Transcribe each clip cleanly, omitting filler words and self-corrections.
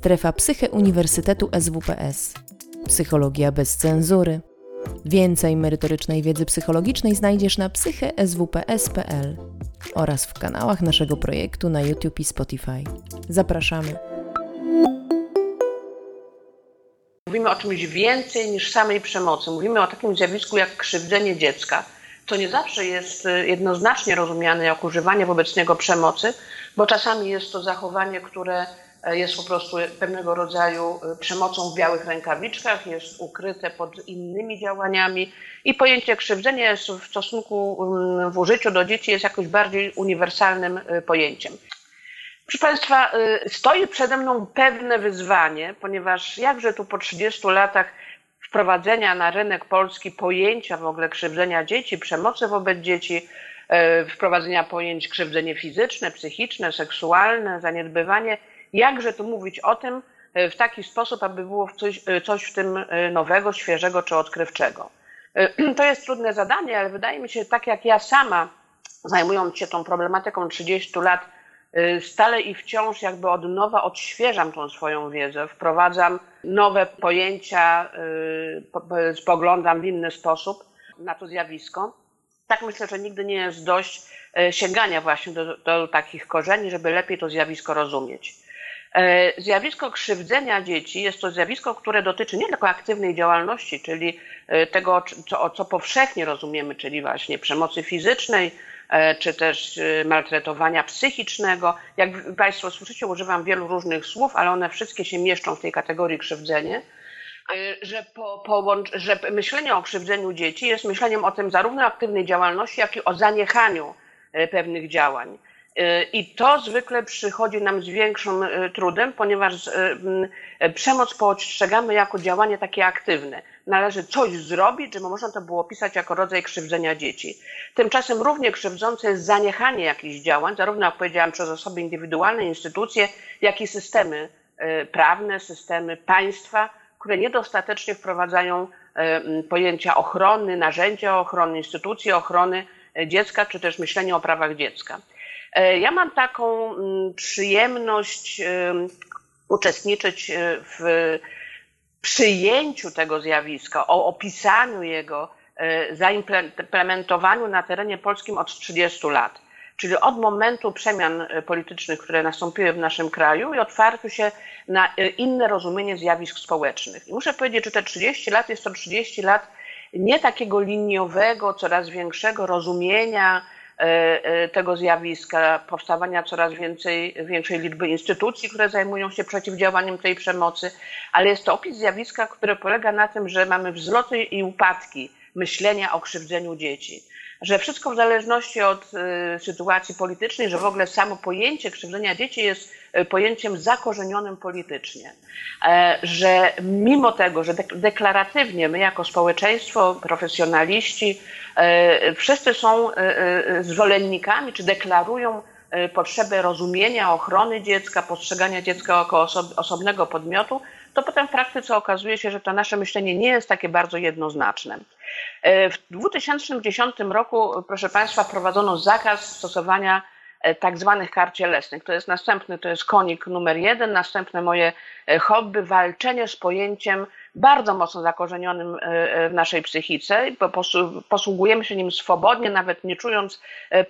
Strefa Psyche Uniwersytetu SWPS. Psychologia bez cenzury. Więcej merytorycznej wiedzy psychologicznej znajdziesz na psycheswps.pl oraz w kanałach naszego projektu na YouTube i Spotify. Zapraszamy. Mówimy o czymś więcej niż samej przemocy. Mówimy o takim zjawisku jak krzywdzenie dziecka. To nie zawsze jest jednoznacznie rozumiane jako używanie wobec niego przemocy, bo czasami jest to zachowanie, które jest po prostu pewnego rodzaju przemocą w białych rękawiczkach, jest ukryte pod innymi działaniami i pojęcie krzywdzenia jest w stosunku w użyciu do dzieci jest jakoś bardziej uniwersalnym pojęciem. Proszę Państwa, stoi przede mną pewne wyzwanie, ponieważ jakże tu po 30 latach wprowadzenia na rynek polski pojęcia w ogóle krzywdzenia dzieci, przemocy wobec dzieci, wprowadzenia pojęć krzywdzenie fizyczne, psychiczne, seksualne, zaniedbywanie, jakże tu mówić o tym w taki sposób, aby było coś w tym nowego, świeżego czy odkrywczego. To jest trudne zadanie, ale wydaje mi się, tak jak ja sama, zajmując się tą problematyką 30 lat, stale i wciąż jakby od nowa odświeżam tą swoją wiedzę, wprowadzam nowe pojęcia, spoglądam w inny sposób na to zjawisko. Tak myślę, że nigdy nie jest dość sięgania właśnie do takich korzeni, żeby lepiej to zjawisko rozumieć. Zjawisko krzywdzenia dzieci jest to zjawisko, które dotyczy nie tylko aktywnej działalności, czyli tego, co powszechnie rozumiemy, czyli właśnie przemocy fizycznej, czy też maltretowania psychicznego. Jak Państwo słyszycie, używam wielu różnych słów, ale one wszystkie się mieszczą w tej kategorii krzywdzenie. Że myślenie o krzywdzeniu dzieci jest myśleniem o tym zarówno aktywnej działalności, jak i o zaniechaniu pewnych działań. I to zwykle przychodzi nam z większym trudem, ponieważ przemoc postrzegamy jako działanie takie aktywne. Należy coś zrobić, żeby można to było opisać jako rodzaj krzywdzenia dzieci. Tymczasem równie krzywdzące jest zaniechanie jakichś działań, zarówno jak powiedziałam przez osoby indywidualne, instytucje, jak i systemy prawne, systemy państwa, które niedostatecznie wprowadzają pojęcia ochrony, narzędzia ochrony, instytucje ochrony dziecka, czy też myślenie o prawach dziecka. Ja mam taką przyjemność uczestniczyć w przyjęciu tego zjawiska, o opisaniu jego, zaimplementowaniu na terenie polskim od 30 lat. Czyli od momentu przemian politycznych, które nastąpiły w naszym kraju i otwarciu się na inne rozumienie zjawisk społecznych. I muszę powiedzieć, że te 30 lat jest to 30 lat nie takiego liniowego, coraz większego rozumienia tego zjawiska, powstawania coraz większej liczby instytucji, które zajmują się przeciwdziałaniem tej przemocy, ale jest to opis zjawiska, które polega na tym, że mamy wzloty i upadki myślenia o krzywdzeniu dzieci. Że wszystko w zależności od sytuacji politycznej, że w ogóle samo pojęcie krzywdzenia dzieci jest pojęciem zakorzenionym politycznie. Że mimo tego, że deklaratywnie my jako społeczeństwo, profesjonaliści, wszyscy są zwolennikami, czy deklarują potrzebę rozumienia, ochrony dziecka, postrzegania dziecka jako osobnego podmiotu, to potem w praktyce okazuje się, że to nasze myślenie nie jest takie bardzo jednoznaczne. W 2010 roku, proszę Państwa, wprowadzono zakaz stosowania tak zwanych kar cielesnych. To jest konik numer 1, następne moje hobby, walczenie z pojęciem bardzo mocno zakorzenionym w naszej psychice. Posługujemy się nim swobodnie, nawet nie czując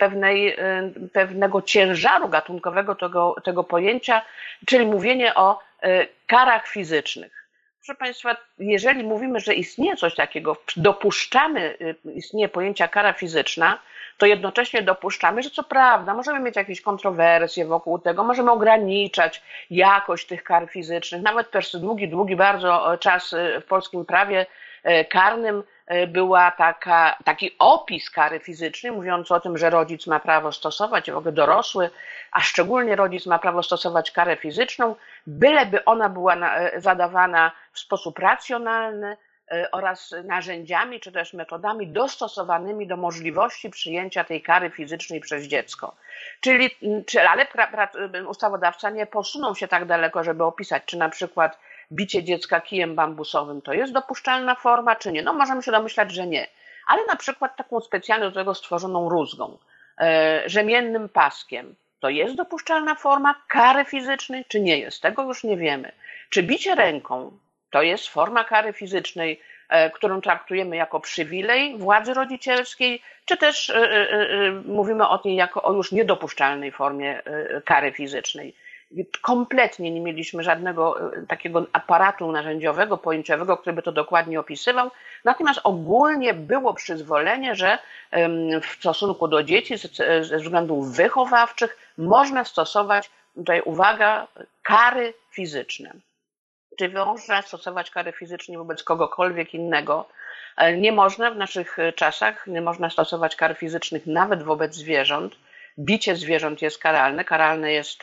pewnego ciężaru gatunkowego tego pojęcia, czyli mówienie o karach fizycznych. Proszę Państwa, jeżeli mówimy, że istnieje coś takiego, dopuszczamy, istnieje pojęcia kara fizyczna, to jednocześnie dopuszczamy, że co prawda możemy mieć jakieś kontrowersje wokół tego, możemy ograniczać jakość tych kar fizycznych. Nawet przez długi bardzo czas w polskim prawie karnym była taki opis kary fizycznej, mówiący o tym, że rodzic ma prawo stosować, w ogóle dorosły, a szczególnie rodzic ma prawo stosować karę fizyczną, byleby ona była zadawana w sposób racjonalny oraz narzędziami czy też metodami dostosowanymi do możliwości przyjęcia tej kary fizycznej przez dziecko. Ale ustawodawca nie posunął się tak daleko, żeby opisać, czy na przykład bicie dziecka kijem bambusowym to jest dopuszczalna forma, czy nie. No możemy się domyślać, że nie. Ale na przykład taką specjalnie do tego stworzoną rózgą, rzemiennym paskiem, to jest dopuszczalna forma kary fizycznej, czy nie jest? Tego już nie wiemy. Czy bicie ręką to jest forma kary fizycznej, którą traktujemy jako przywilej władzy rodzicielskiej, czy też mówimy o tej jako o już niedopuszczalnej formie kary fizycznej. Kompletnie nie mieliśmy żadnego takiego aparatu narzędziowego, pojęciowego, który by to dokładnie opisywał. Natomiast ogólnie było przyzwolenie, że w stosunku do dzieci ze względów wychowawczych można stosować, tutaj uwaga, kary fizyczne. Czy można stosować kary fizyczne wobec kogokolwiek innego? Nie można w naszych czasach, nie można stosować kar fizycznych nawet wobec zwierząt. Bicie zwierząt jest karalne, karalne jest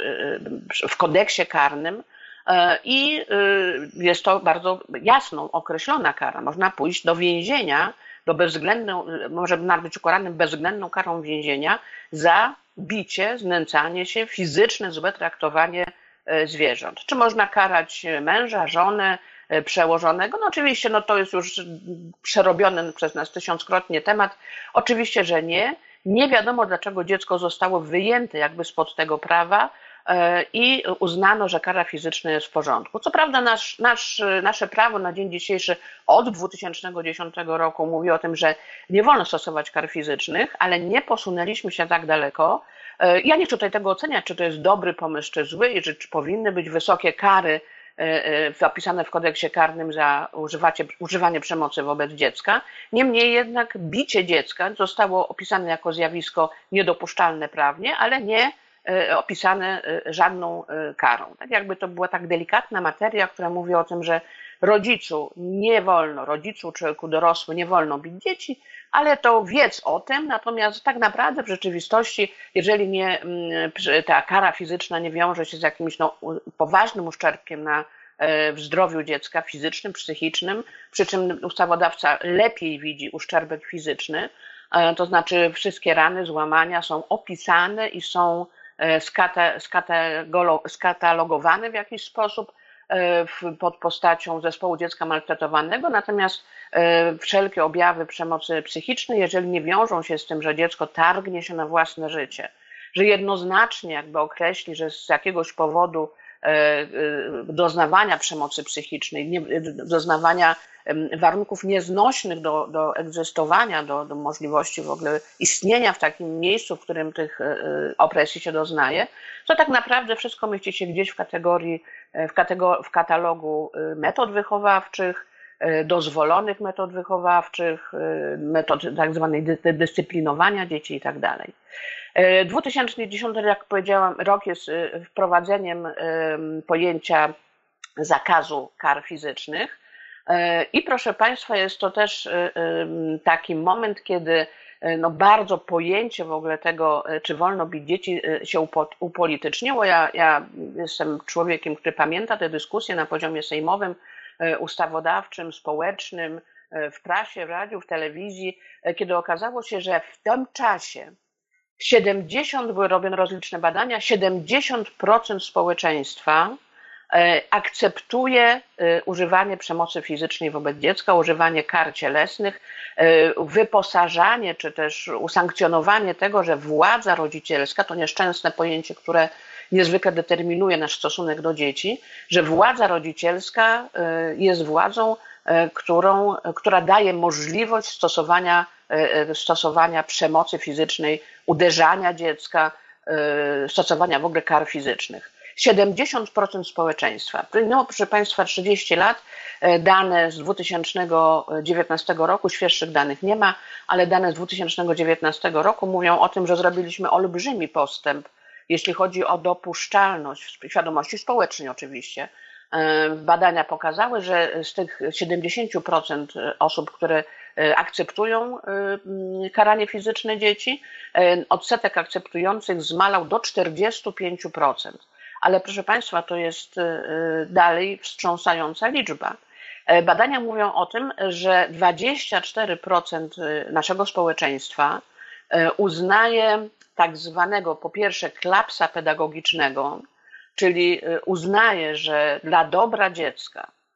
w kodeksie karnym i jest to bardzo jasno określona kara. Można pójść do więzienia, może nawet być ukaranym bezwzględną karą więzienia za bicie, znęcanie się, fizyczne złe traktowanie zwierząt. Czy można karać męża, żonę, przełożonego? No oczywiście, no to jest już przerobiony przez nas tysiąckrotnie temat. Oczywiście, że nie. Nie wiadomo, dlaczego dziecko zostało wyjęte jakby spod tego prawa i uznano, że kara fizyczna jest w porządku. Co prawda nasze prawo na dzień dzisiejszy od 2010 roku mówi o tym, że nie wolno stosować kar fizycznych, ale nie posunęliśmy się tak daleko. Ja nie chcę tutaj tego oceniać, czy to jest dobry pomysł, czy zły, i czy powinny być wysokie kary zapisane w kodeksie karnym za używanie przemocy wobec dziecka. Niemniej jednak bicie dziecka zostało opisane jako zjawisko niedopuszczalne prawnie, ale nie opisane żadną karą. Tak jakby to była tak delikatna materia, która mówi o tym, że rodzicu czy człowieku dorosły nie wolno bić dzieci, ale to wiedz o tym, natomiast tak naprawdę w rzeczywistości, jeżeli ta kara fizyczna nie wiąże się z jakimś poważnym uszczerbkiem w zdrowiu dziecka fizycznym, psychicznym, przy czym ustawodawca lepiej widzi uszczerbek fizyczny, to znaczy wszystkie rany, złamania są opisane i są skatalogowane w jakiś sposób pod postacią zespołu dziecka maltretowanego, natomiast wszelkie objawy przemocy psychicznej, jeżeli nie wiążą się z tym, że dziecko targnie się na własne życie, że jednoznacznie jakby określi, że z jakiegoś powodu doznawania przemocy psychicznej, doznawania warunków nieznośnych do egzystowania, do możliwości w ogóle istnienia w takim miejscu, w którym tych opresji się doznaje, to tak naprawdę wszystko mieści się gdzieś w katalogu metod wychowawczych, dozwolonych metod wychowawczych, metod tak zwanej dyscyplinowania dzieci i tak dalej. 2010, jak powiedziałam, rok jest wprowadzeniem pojęcia zakazu kar fizycznych i proszę Państwa, jest to też taki moment, kiedy bardzo pojęcie w ogóle tego, czy wolno bić dzieci, się upolityczniło. Ja jestem człowiekiem, który pamięta te dyskusje na poziomie sejmowym, ustawodawczym, społecznym, w prasie, w radiu, w telewizji, kiedy okazało się, że w tym czasie były robione rozliczne badania, 70% społeczeństwa akceptuje używanie przemocy fizycznej wobec dziecka, używanie kar cielesnych, wyposażanie czy też usankcjonowanie tego, że władza rodzicielska, to nieszczęsne pojęcie, które niezwykle determinuje nasz stosunek do dzieci, że władza rodzicielska jest władzą, która daje możliwość stosowania przemocy fizycznej, uderzania dziecka, stosowania w ogóle kar fizycznych. 70% społeczeństwa. Minęło, proszę Państwa, 30 lat. Dane z 2019 roku, świeższych danych nie ma, ale dane z 2019 roku mówią o tym, że zrobiliśmy olbrzymi postęp, jeśli chodzi o dopuszczalność, świadomości społecznej oczywiście. Badania pokazały, że z tych 70% osób, które akceptują karanie fizyczne dzieci, odsetek akceptujących zmalał do 45%. Ale proszę Państwa, to jest dalej wstrząsająca liczba. Badania mówią o tym, że 24% naszego społeczeństwa uznaje tak zwanego, po pierwsze, klapsa pedagogicznego, czyli uznaje, że dla dobra dziecka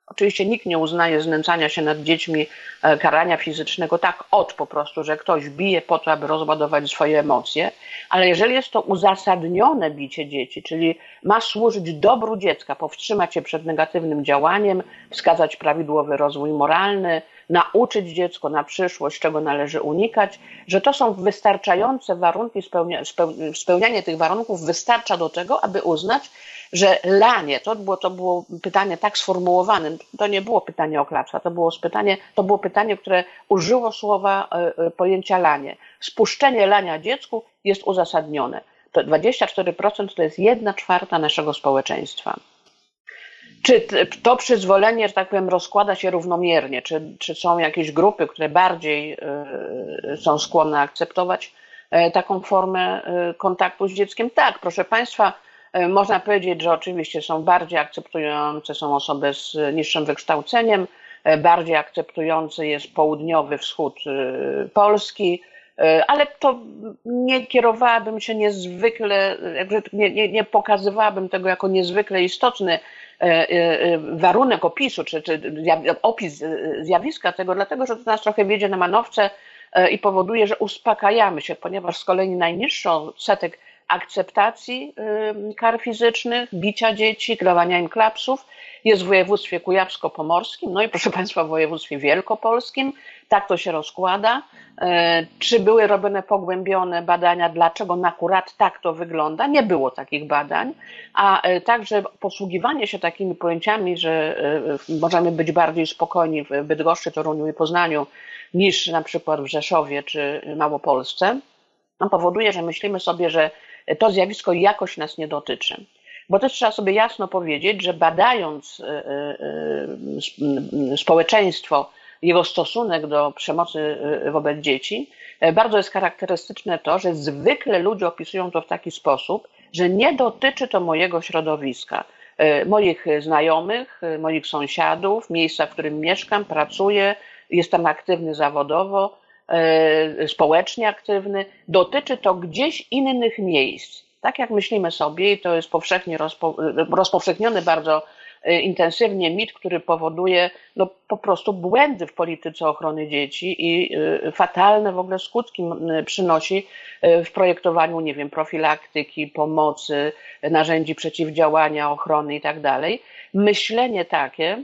Oczywiście nikt nie uznaje znęcania się nad dziećmi, karania fizycznego tak po prostu, że ktoś bije po to, aby rozładować swoje emocje, ale jeżeli jest to uzasadnione bicie dzieci, czyli ma służyć dobru dziecka, powstrzymać je przed negatywnym działaniem, wskazać prawidłowy rozwój moralny, nauczyć dziecko na przyszłość, czego należy unikać, że to są wystarczające warunki, spełnianie tych warunków wystarcza do tego, aby uznać, że lanie, to było pytanie tak sformułowane, to nie było pytanie o klapsa, to było pytanie, które użyło pojęcia lanie. Spuszczenie lania dziecku jest uzasadnione. To 24% to jest 1/4 naszego społeczeństwa. Czy to przyzwolenie, że tak powiem, rozkłada się równomiernie? Czy są jakieś grupy, które bardziej są skłonne akceptować taką formę kontaktu z dzieckiem? Tak, proszę Państwa, można powiedzieć, że oczywiście są bardziej akceptujące są osoby z niższym wykształceniem, bardziej akceptujący jest południowy wschód Polski, ale to nie kierowałabym się niezwykle, nie pokazywałabym tego jako niezwykle istotny warunek opisu, czy opis zjawiska tego, dlatego że to nas trochę wiedzie na manowce i powoduje, że uspokajamy się, ponieważ z kolei najniższy odsetek akceptacji kar fizycznych, bicia dzieci, dawania im klapsów jest w województwie kujawsko-pomorskim, no i proszę Państwa w województwie wielkopolskim. Tak to się rozkłada. Czy były robione pogłębione badania, dlaczego akurat tak to wygląda? Nie było takich badań, a także posługiwanie się takimi pojęciami, że możemy być bardziej spokojni w Bydgoszczy, Toruniu i Poznaniu niż na przykład w Rzeszowie czy Małopolsce, powoduje, że myślimy sobie, że to zjawisko jakoś nas nie dotyczy. Bo też trzeba sobie jasno powiedzieć, że badając społeczeństwo, jego stosunek do przemocy wobec dzieci, bardzo jest charakterystyczne to, że zwykle ludzie opisują to w taki sposób, że nie dotyczy to mojego środowiska, moich znajomych, moich sąsiadów, miejsca, w którym mieszkam, pracuję, jestem aktywny zawodowo, społecznie aktywny, dotyczy to gdzieś innych miejsc. Tak jak myślimy sobie, i to jest powszechnie rozpowszechniony bardzo intensywnie mit, który powoduje po prostu błędy w polityce ochrony dzieci i fatalne w ogóle skutki przynosi w projektowaniu, nie wiem, profilaktyki, pomocy, narzędzi przeciwdziałania, ochrony i tak dalej. Myślenie takie,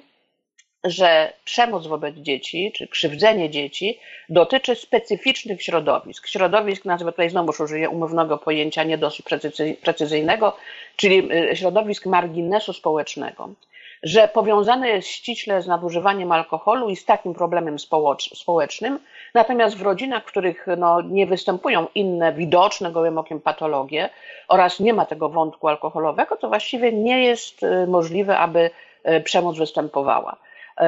że przemoc wobec dzieci, czy krzywdzenie dzieci dotyczy specyficznych środowisk. Środowisk, nazwę tutaj znowuż użyję umownego pojęcia nie dosyć precyzyjnego, czyli środowisk marginesu społecznego. Że powiązane jest ściśle z nadużywaniem alkoholu i z takim problemem społecznym, natomiast w rodzinach, w których nie występują inne widoczne gołym okiem patologie oraz nie ma tego wątku alkoholowego, to właściwie nie jest możliwe, aby przemoc występowała.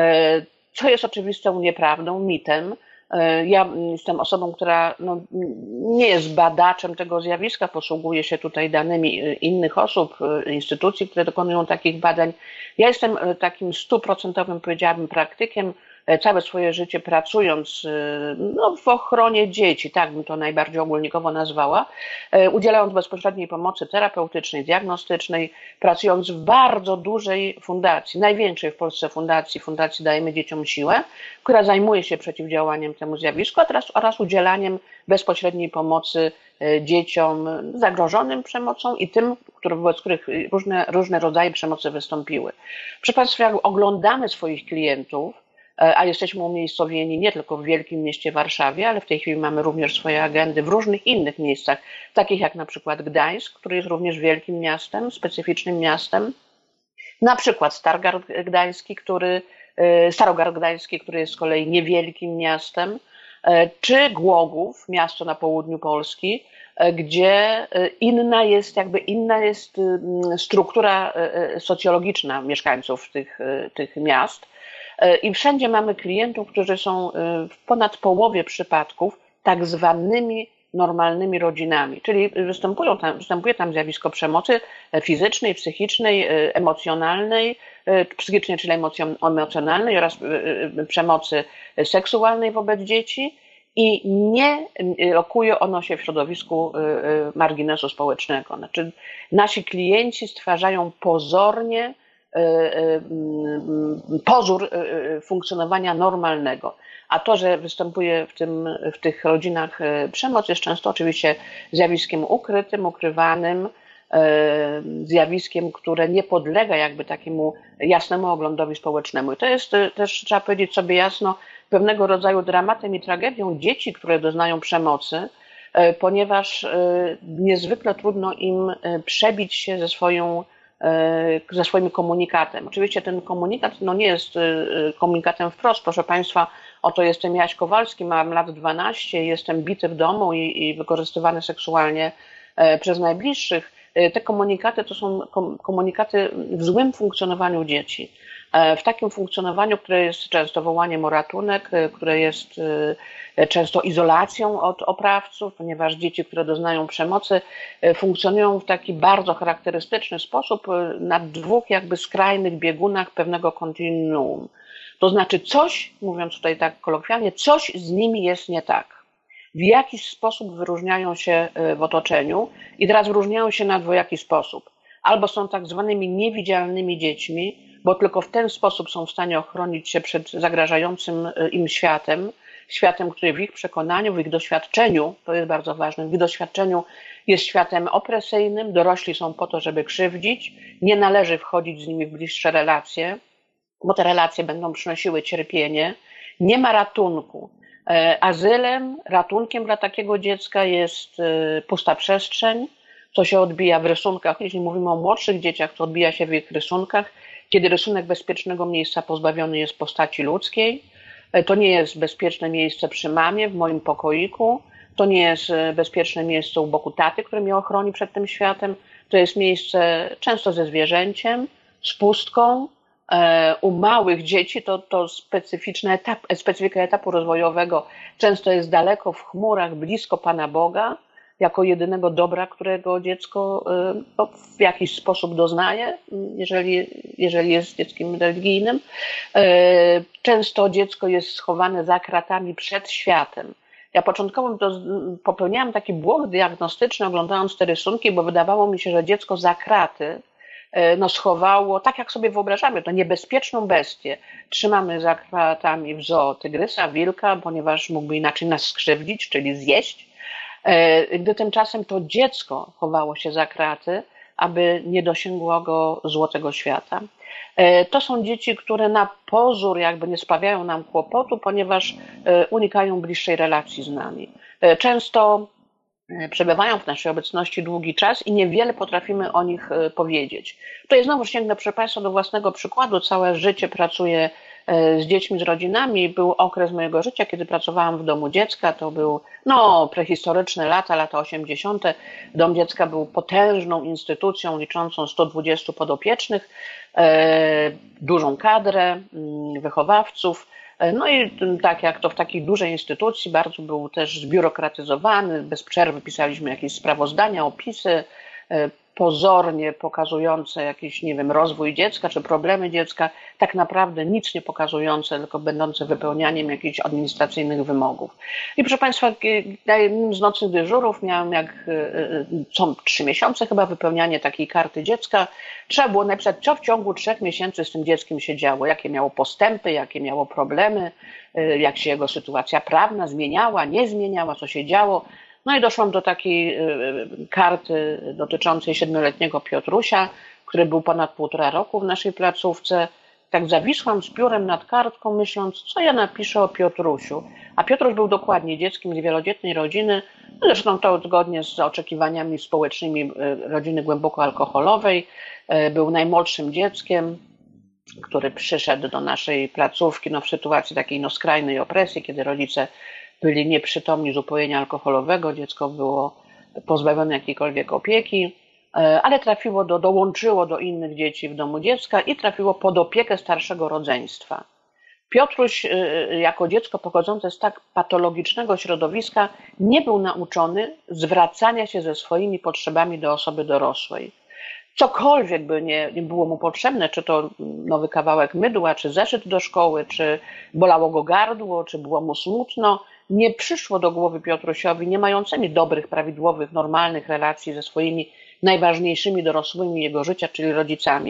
Co jest oczywistą nieprawdą, mitem. Ja jestem osobą, która nie jest badaczem tego zjawiska, posługuje się tutaj danymi innych osób, instytucji, które dokonują takich badań. Ja jestem takim 100%, powiedziałabym, praktykiem, całe swoje życie pracując w ochronie dzieci, tak bym to najbardziej ogólnikowo nazwała, udzielając bezpośredniej pomocy terapeutycznej, diagnostycznej, pracując w bardzo dużej fundacji, największej w Polsce fundacji Dajemy Dzieciom Siłę, która zajmuje się przeciwdziałaniem temu zjawisku, oraz udzielaniem bezpośredniej pomocy dzieciom zagrożonym przemocą i tym, wobec których różne rodzaje przemocy wystąpiły. Proszę Państwa, jak oglądamy swoich klientów, a jesteśmy umiejscowieni nie tylko w wielkim mieście Warszawie, ale w tej chwili mamy również swoje agendy w różnych innych miejscach, takich jak na przykład Gdańsk, który jest również wielkim miastem, specyficznym miastem, na przykład Starogard Gdański, który jest z kolei niewielkim miastem, czy Głogów, miasto na południu Polski, gdzie inna jest struktura socjologiczna mieszkańców tych miast. I wszędzie mamy klientów, którzy są w ponad połowie przypadków tak zwanymi normalnymi rodzinami, czyli występuje tam zjawisko przemocy fizycznej, psychicznej, emocjonalnej, psychicznej, czyli emocjonalnej oraz przemocy seksualnej wobec dzieci i nie lokuje ono się w środowisku marginesu społecznego. Znaczy, nasi klienci stwarzają pozornie pozór funkcjonowania normalnego. A to, że występuje w tych rodzinach przemoc, jest często oczywiście zjawiskiem ukrytym, ukrywanym, zjawiskiem, które nie podlega jakby takiemu jasnemu oglądowi społecznemu. I to jest też, trzeba powiedzieć sobie jasno, pewnego rodzaju dramatem i tragedią dzieci, które doznają przemocy, ponieważ niezwykle trudno im przebić się ze swoim komunikatem. Oczywiście ten komunikat nie jest komunikatem wprost. Proszę Państwa, oto jestem Jaś Kowalski, mam lat 12, jestem bity w domu i wykorzystywany seksualnie przez najbliższych. Te komunikaty to są komunikaty w złym funkcjonowaniu dzieci. W takim funkcjonowaniu, które jest często wołaniem o ratunek, które jest często izolacją od oprawców, ponieważ dzieci, które doznają przemocy, funkcjonują w taki bardzo charakterystyczny sposób na dwóch jakby skrajnych biegunach pewnego kontinuum. To znaczy coś, mówiąc tutaj tak kolokwialnie, coś z nimi jest nie tak. W jakiś sposób wyróżniają się w otoczeniu i teraz wyróżniają się na dwojaki sposób. Albo są tak zwanymi niewidzialnymi dziećmi, bo tylko w ten sposób są w stanie ochronić się przed zagrażającym im światem, który w ich przekonaniu, w ich doświadczeniu, to jest bardzo ważne, w ich doświadczeniu jest światem opresyjnym, dorośli są po to, żeby krzywdzić, nie należy wchodzić z nimi w bliższe relacje, bo te relacje będą przynosiły cierpienie, nie ma ratunku. Azylem, ratunkiem dla takiego dziecka jest pusta przestrzeń, to się odbija w rysunkach. Jeśli mówimy o młodszych dzieciach, to odbija się w ich rysunkach, kiedy rysunek bezpiecznego miejsca pozbawiony jest postaci ludzkiej. To nie jest bezpieczne miejsce przy mamie, w moim pokoiku, to nie jest bezpieczne miejsce u boku taty, który mnie ochroni przed tym światem. To jest miejsce często ze zwierzęciem, z pustką. U małych dzieci to specyfika etapu rozwojowego często jest daleko w chmurach, blisko Pana Boga, jako jedynego dobra, którego dziecko w jakiś sposób doznaje, jeżeli jest dzieckiem religijnym. Często dziecko jest schowane za kratami przed światem. Ja początkowo popełniałam taki błąd diagnostyczny, oglądając te rysunki, bo wydawało mi się, że dziecko za kraty schowało, tak jak sobie wyobrażamy, to niebezpieczną bestię. Trzymamy za kratami w zoo tygrysa, wilka, ponieważ mógłby inaczej nas skrzywdzić, czyli zjeść. Gdy tymczasem to dziecko chowało się za kraty, aby nie dosięgło go zło tego świata. To są dzieci, które na pozór jakby nie sprawiają nam kłopotu, ponieważ unikają bliższej relacji z nami. Często przebywają w naszej obecności długi czas i niewiele potrafimy o nich powiedzieć. Tutaj znowu sięgnę, proszę Państwa, do własnego przykładu. Całe życie pracuję z dziećmi, z rodzinami. Był okres mojego życia, kiedy pracowałam w domu dziecka. To był prehistoryczne lata 80. Dom dziecka był potężną instytucją liczącą 120 podopiecznych, dużą kadrę wychowawców. No i tak jak to w takiej dużej instytucji, bardzo był też zbiurokratyzowany, bez przerwy pisaliśmy jakieś sprawozdania, opisy pozornie pokazujące jakiś, nie wiem, rozwój dziecka czy problemy dziecka, tak naprawdę nic nie pokazujące, tylko będące wypełnianiem jakichś administracyjnych wymogów. I proszę Państwa, na jednym z nocnych dyżurów miałam co 3 miesiące chyba wypełnianie takiej karty dziecka. Trzeba było napisać, co w ciągu 3 miesięcy z tym dzieckiem się działo, jakie miało postępy, jakie miało problemy, jak się jego sytuacja prawna zmieniała, nie zmieniała, co się działo. No i doszłam do takiej karty dotyczącej 7-letniego Piotrusia, który był ponad 1,5 roku w naszej placówce. Tak zawisłam z piórem nad kartką, myśląc, co ja napiszę o Piotrusiu. A Piotruś był dokładnie dzieckiem z wielodzietnej rodziny, zresztą to zgodnie z oczekiwaniami społecznymi rodziny głęboko alkoholowej. Był najmłodszym dzieckiem, który przyszedł do naszej placówki w sytuacji takiej skrajnej opresji, kiedy rodzice byli nieprzytomni z upojenia alkoholowego, dziecko było pozbawione jakiejkolwiek opieki, ale dołączyło do innych dzieci w domu dziecka i trafiło pod opiekę starszego rodzeństwa. Piotruś, jako dziecko pochodzące z tak patologicznego środowiska, nie był nauczony zwracania się ze swoimi potrzebami do osoby dorosłej. Cokolwiek by nie było mu potrzebne, czy to nowy kawałek mydła, czy zeszyt do szkoły, czy bolało go gardło, czy było mu smutno, nie przyszło do głowy Piotrusiowi, nie mającymi dobrych, prawidłowych, normalnych relacji ze swoimi najważniejszymi dorosłymi jego życia, czyli rodzicami,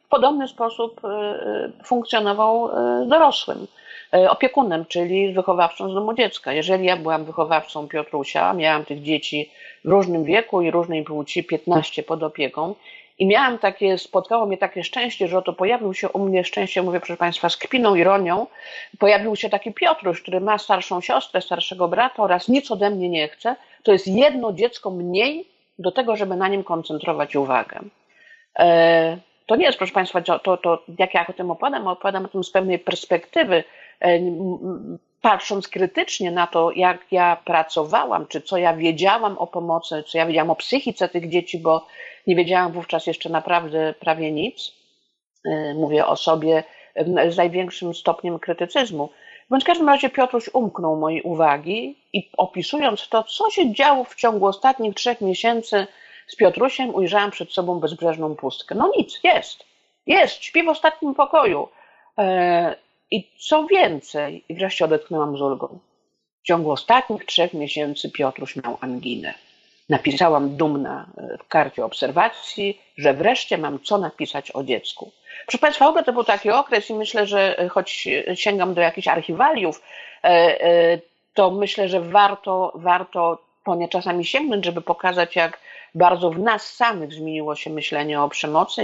w podobny sposób funkcjonował z dorosłym opiekunem, czyli wychowawcą z domu dziecka. Jeżeli ja byłam wychowawcą Piotrusia, miałam tych dzieci w różnym wieku i różnej płci, 15 pod opieką, i spotkało mnie takie szczęście, że oto pojawił się u mnie szczęście, mówię proszę Państwa, z kpiną, ironią, pojawił się taki Piotruś, który ma starszą siostrę, starszego brata oraz nic ode mnie nie chce. To jest jedno dziecko mniej do tego, żeby na nim koncentrować uwagę. To nie jest, proszę Państwa, jak ja o tym opowiadam o tym z pewnej perspektywy, patrząc krytycznie na to, jak ja pracowałam, czy co ja wiedziałam o pomocy, co ja wiedziałam o psychice tych dzieci, bo nie wiedziałam wówczas jeszcze naprawdę prawie nic. Mówię o sobie z największym stopniem krytycyzmu. Bądź w każdym razie Piotruś umknął mojej uwagi i opisując to, co się działo w ciągu ostatnich 3 miesięcy z Piotrusiem, ujrzałam przed sobą bezbrzeżną pustkę. No nic, śpi w ostatnim pokoju. I co więcej, i wreszcie odetchnęłam z ulgą. W ciągu ostatnich 3 miesięcy Piotruś miał anginę. Napisałam dumna w karcie obserwacji, że wreszcie mam co napisać o dziecku. Proszę Państwa, w ogóle to był taki okres i myślę, że choć sięgam do jakichś archiwaliów, to myślę, że warto po nie czasami sięgnąć, żeby pokazać, jak bardzo w nas samych zmieniło się myślenie o przemocy,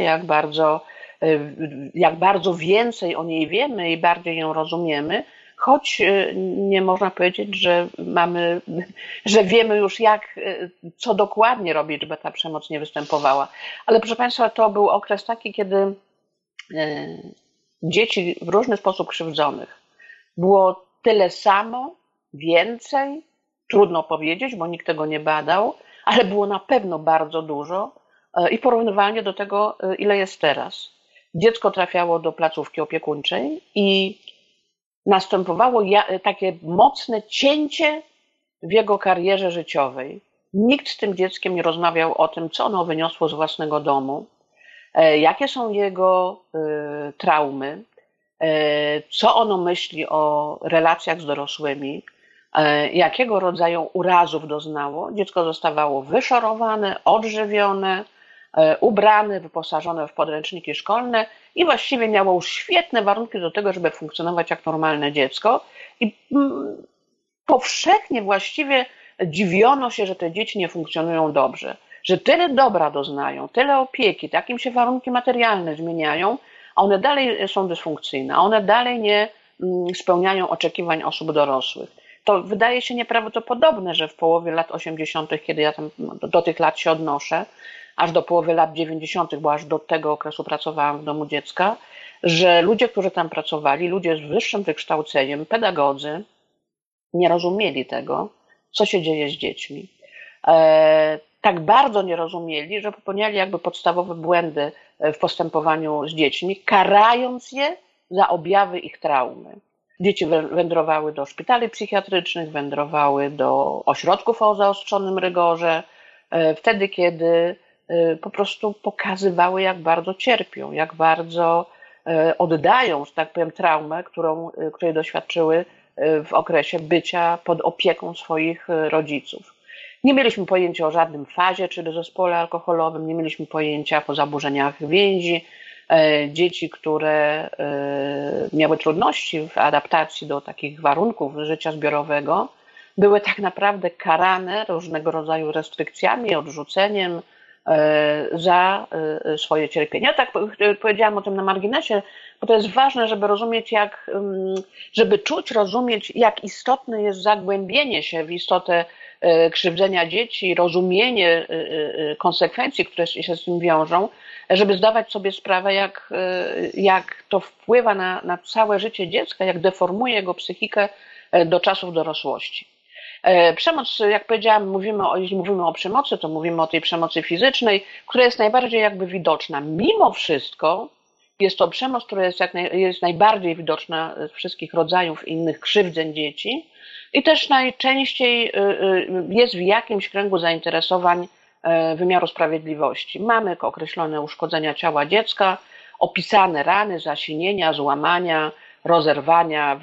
jak bardzo więcej o niej wiemy i bardziej ją rozumiemy, choć nie można powiedzieć, że wiemy już co dokładnie robić, żeby ta przemoc nie występowała. Ale proszę Państwa, to był okres taki, kiedy dzieci w różny sposób krzywdzonych było tyle samo, więcej, trudno powiedzieć, bo nikt tego nie badał, ale było na pewno bardzo dużo i porównywalnie do tego, ile jest teraz. Dziecko trafiało do placówki opiekuńczej i następowało takie mocne cięcie w jego karierze życiowej. Nikt z tym dzieckiem nie rozmawiał o tym, co ono wyniosło z własnego domu, jakie są jego traumy, co ono myśli o relacjach z dorosłymi, jakiego rodzaju urazów doznało. Dziecko zostawało wyszorowane, odżywione, ubrane, wyposażone w podręczniki szkolne i właściwie miało już świetne warunki do tego, żeby funkcjonować jak normalne dziecko. I powszechnie właściwie dziwiono się, że te dzieci nie funkcjonują dobrze, że tyle dobra doznają, tyle opieki, tak im się warunki materialne zmieniają, a one dalej są dysfunkcyjne, a one dalej nie spełniają oczekiwań osób dorosłych. To wydaje się nieprawdopodobne, że w połowie lat 80., kiedy ja tam do tych lat się odnoszę, aż do połowy lat 90., bo aż do tego okresu pracowałam w domu dziecka, że ludzie, którzy tam pracowali, ludzie z wyższym wykształceniem, pedagodzy, nie rozumieli tego, co się dzieje z dziećmi. Tak bardzo nie rozumieli, że popełniali jakby podstawowe błędy w postępowaniu z dziećmi, karając je za objawy ich traumy. Dzieci wędrowały do szpitali psychiatrycznych, wędrowały do ośrodków o zaostrzonym rygorze, wtedy, kiedy po prostu pokazywały, jak bardzo cierpią, jak bardzo oddają, że tak powiem, traumę, której doświadczyły w okresie bycia pod opieką swoich rodziców. Nie mieliśmy pojęcia o żadnym fazie, czyli zespole alkoholowym, nie mieliśmy pojęcia o zaburzeniach więzi. Dzieci, które miały trudności w adaptacji do takich warunków życia zbiorowego, były tak naprawdę karane różnego rodzaju restrykcjami, odrzuceniem za swoje cierpienie. Ja tak powiedziałam o tym na marginesie, bo to jest ważne, żeby rozumieć, żeby czuć, rozumieć, jak istotne jest zagłębienie się w istotę krzywdzenia dzieci, rozumienie konsekwencji, które się z tym wiążą, żeby zdawać sobie sprawę, jak to wpływa na całe życie dziecka, jak deformuje jego psychikę do czasów dorosłości. Przemoc, jak powiedziałam, jeśli mówimy o przemocy, to mówimy o tej przemocy fizycznej, która jest najbardziej jakby widoczna. Mimo wszystko jest to przemoc, która jest najbardziej widoczna z wszystkich rodzajów innych krzywdzeń dzieci i też najczęściej jest w jakimś kręgu zainteresowań wymiaru sprawiedliwości. Mamy określone uszkodzenia ciała dziecka, opisane rany, zasinienia, złamania, rozerwania,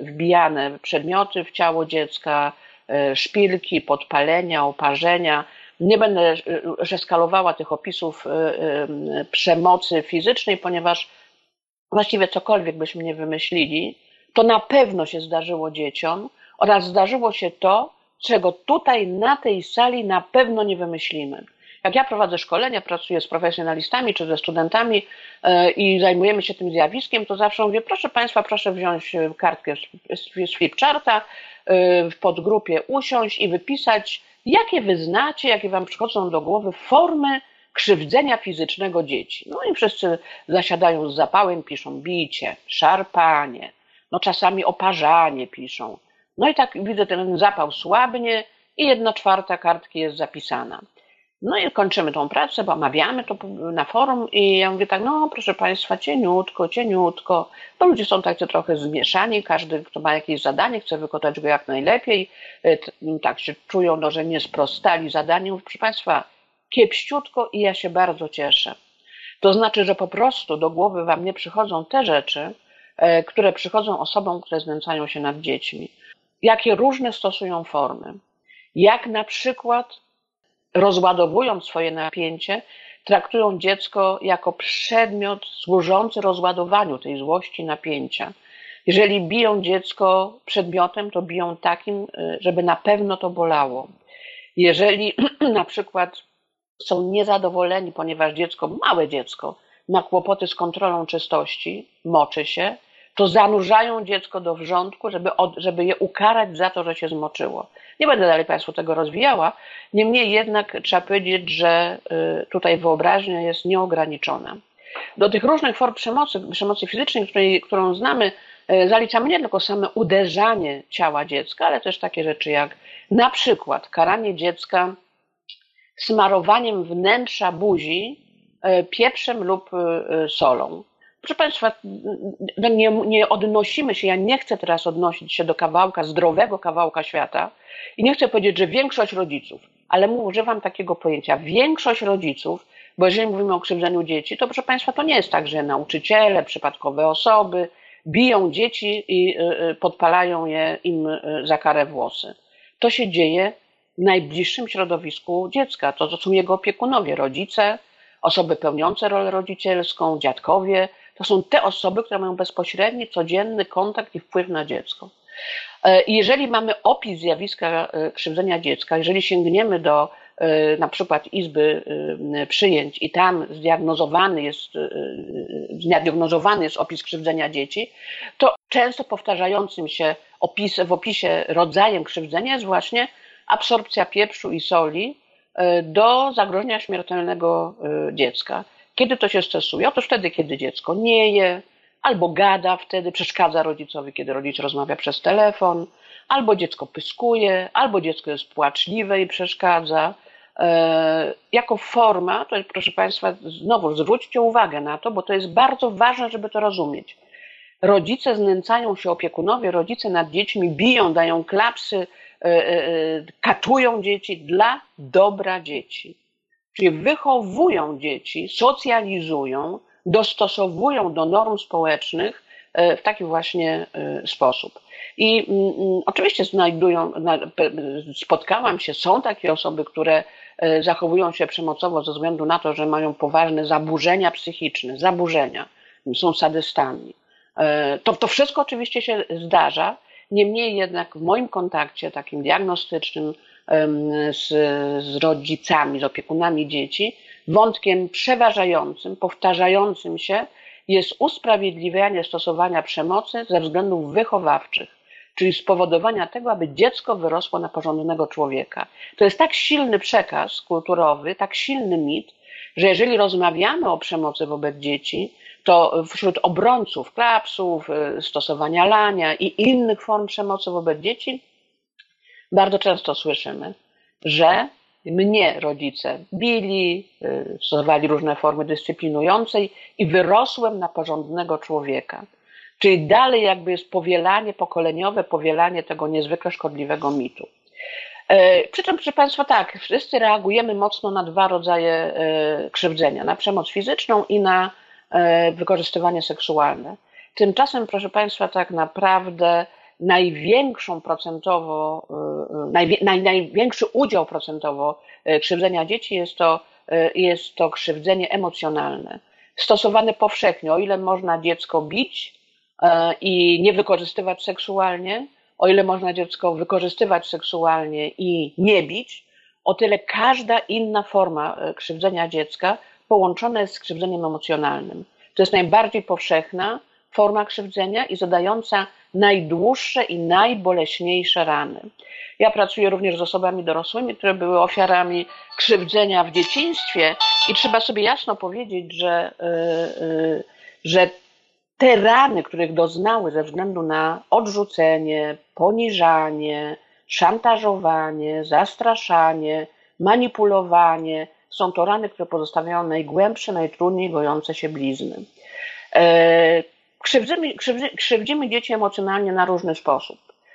wbijane przedmioty w ciało dziecka, szpilki, podpalenia, oparzenia. Nie będę eskalowała tych opisów przemocy fizycznej, ponieważ właściwie cokolwiek byśmy nie wymyślili, to na pewno się zdarzyło dzieciom oraz zdarzyło się to, czego tutaj na tej sali na pewno nie wymyślimy. Jak ja prowadzę szkolenia, pracuję z profesjonalistami czy ze studentami i zajmujemy się tym zjawiskiem, to zawsze mówię, proszę Państwa, proszę wziąć kartkę z flipcharta, w podgrupie usiąść i wypisać, jakie wy znacie, jakie wam przychodzą do głowy formy krzywdzenia fizycznego dzieci. No i wszyscy zasiadają z zapałem, piszą bicie, szarpanie, no czasami oparzanie piszą. No i tak widzę, ten zapał słabnie i 1/4 kartki jest zapisana. No i kończymy tą pracę, bo omawiamy to na forum i ja mówię tak, no proszę Państwa, cieniutko, cieniutko. To ludzie są tacy trochę zmieszani, każdy, kto ma jakieś zadanie, chce wykonać go jak najlepiej. Tak się czują, no, że nie sprostali zadaniu. Proszę Państwa, kiepściutko i ja się bardzo cieszę. To znaczy, że po prostu do głowy Wam nie przychodzą te rzeczy, które przychodzą osobom, które znęcają się nad dziećmi. Jakie różne stosują formy. Jak na przykład rozładowując swoje napięcie, traktują dziecko jako przedmiot służący rozładowaniu tej złości, napięcia. Jeżeli biją dziecko przedmiotem, to biją takim, żeby na pewno to bolało. Jeżeli na przykład są niezadowoleni, ponieważ małe dziecko ma kłopoty z kontrolą czystości, moczy się, to zanurzają dziecko do wrzątku, żeby je ukarać za to, że się zmoczyło. Nie będę dalej Państwu tego rozwijała, niemniej jednak trzeba powiedzieć, że tutaj wyobraźnia jest nieograniczona. Do tych różnych form przemocy fizycznej, którą znamy, zaliczamy nie tylko same uderzanie ciała dziecka, ale też takie rzeczy jak na przykład karanie dziecka smarowaniem wnętrza buzi pieprzem lub solą. Proszę Państwa, nie odnosimy się, ja nie chcę teraz odnosić się do zdrowego kawałka świata i nie chcę powiedzieć, że większość rodziców, ale używam takiego pojęcia, większość rodziców, bo jeżeli mówimy o krzywdzeniu dzieci, to proszę Państwa, to nie jest tak, że nauczyciele, przypadkowe osoby biją dzieci i podpalają im za karę włosy. To się dzieje w najbliższym środowisku dziecka, to są jego opiekunowie, rodzice, osoby pełniące rolę rodzicielską, dziadkowie. To są te osoby, które mają bezpośredni, codzienny kontakt i wpływ na dziecko. I jeżeli mamy opis zjawiska krzywdzenia dziecka, jeżeli sięgniemy do na przykład izby przyjęć i tam zdiagnozowany jest opis krzywdzenia dzieci, to często powtarzającym się w opisie rodzajem krzywdzenia jest właśnie absorpcja pieprzu i soli do zagrożenia śmiertelnego dziecka. Kiedy to się stosuje? Otóż wtedy, kiedy dziecko nie je, albo gada wtedy, przeszkadza rodzicowi, kiedy rodzic rozmawia przez telefon, albo dziecko pyskuje, albo dziecko jest płaczliwe i przeszkadza. Jako forma, to jest, proszę Państwa, znowu zwróćcie uwagę na to, bo to jest bardzo ważne, żeby to rozumieć. Rodzice znęcają się, opiekunowie, rodzice nad dziećmi biją, dają klapsy, katują dzieci dla dobra dzieci. Czyli wychowują dzieci, socjalizują, dostosowują do norm społecznych w taki właśnie sposób. I oczywiście spotkałam się, są takie osoby, które zachowują się przemocowo ze względu na to, że mają poważne zaburzenia psychiczne, są sadystami. To wszystko oczywiście się zdarza, niemniej jednak w moim kontakcie takim diagnostycznym z rodzicami, z opiekunami dzieci, wątkiem przeważającym, powtarzającym się jest usprawiedliwianie stosowania przemocy ze względów wychowawczych, czyli spowodowania tego, aby dziecko wyrosło na porządnego człowieka. To jest tak silny przekaz kulturowy, tak silny mit, że jeżeli rozmawiamy o przemocy wobec dzieci, to wśród obrońców klapsów, stosowania lania i innych form przemocy wobec dzieci bardzo często słyszymy, że mnie rodzice bili, stosowali różne formy dyscyplinującej i wyrosłem na porządnego człowieka. Czyli dalej jakby jest pokoleniowe powielanie tego niezwykle szkodliwego mitu. Przy czym, proszę Państwa, tak, wszyscy reagujemy mocno na dwa rodzaje krzywdzenia, na przemoc fizyczną i na wykorzystywanie seksualne. Tymczasem, proszę Państwa, tak naprawdę największy udział procentowo krzywdzenia dzieci jest to krzywdzenie emocjonalne. Stosowane powszechnie, o ile można dziecko bić i nie wykorzystywać seksualnie, o ile można dziecko wykorzystywać seksualnie i nie bić, o tyle każda inna forma krzywdzenia dziecka połączona jest z krzywdzeniem emocjonalnym. To jest najbardziej powszechna forma krzywdzenia i zadająca najdłuższe i najboleśniejsze rany. Ja pracuję również z osobami dorosłymi, które były ofiarami krzywdzenia w dzieciństwie i trzeba sobie jasno powiedzieć, że te rany, których doznały ze względu na odrzucenie, poniżanie, szantażowanie, zastraszanie, manipulowanie, są to rany, które pozostawiają najgłębsze, najtrudniej gojące się blizny. Krzywdzimy dzieci emocjonalnie na różny sposób.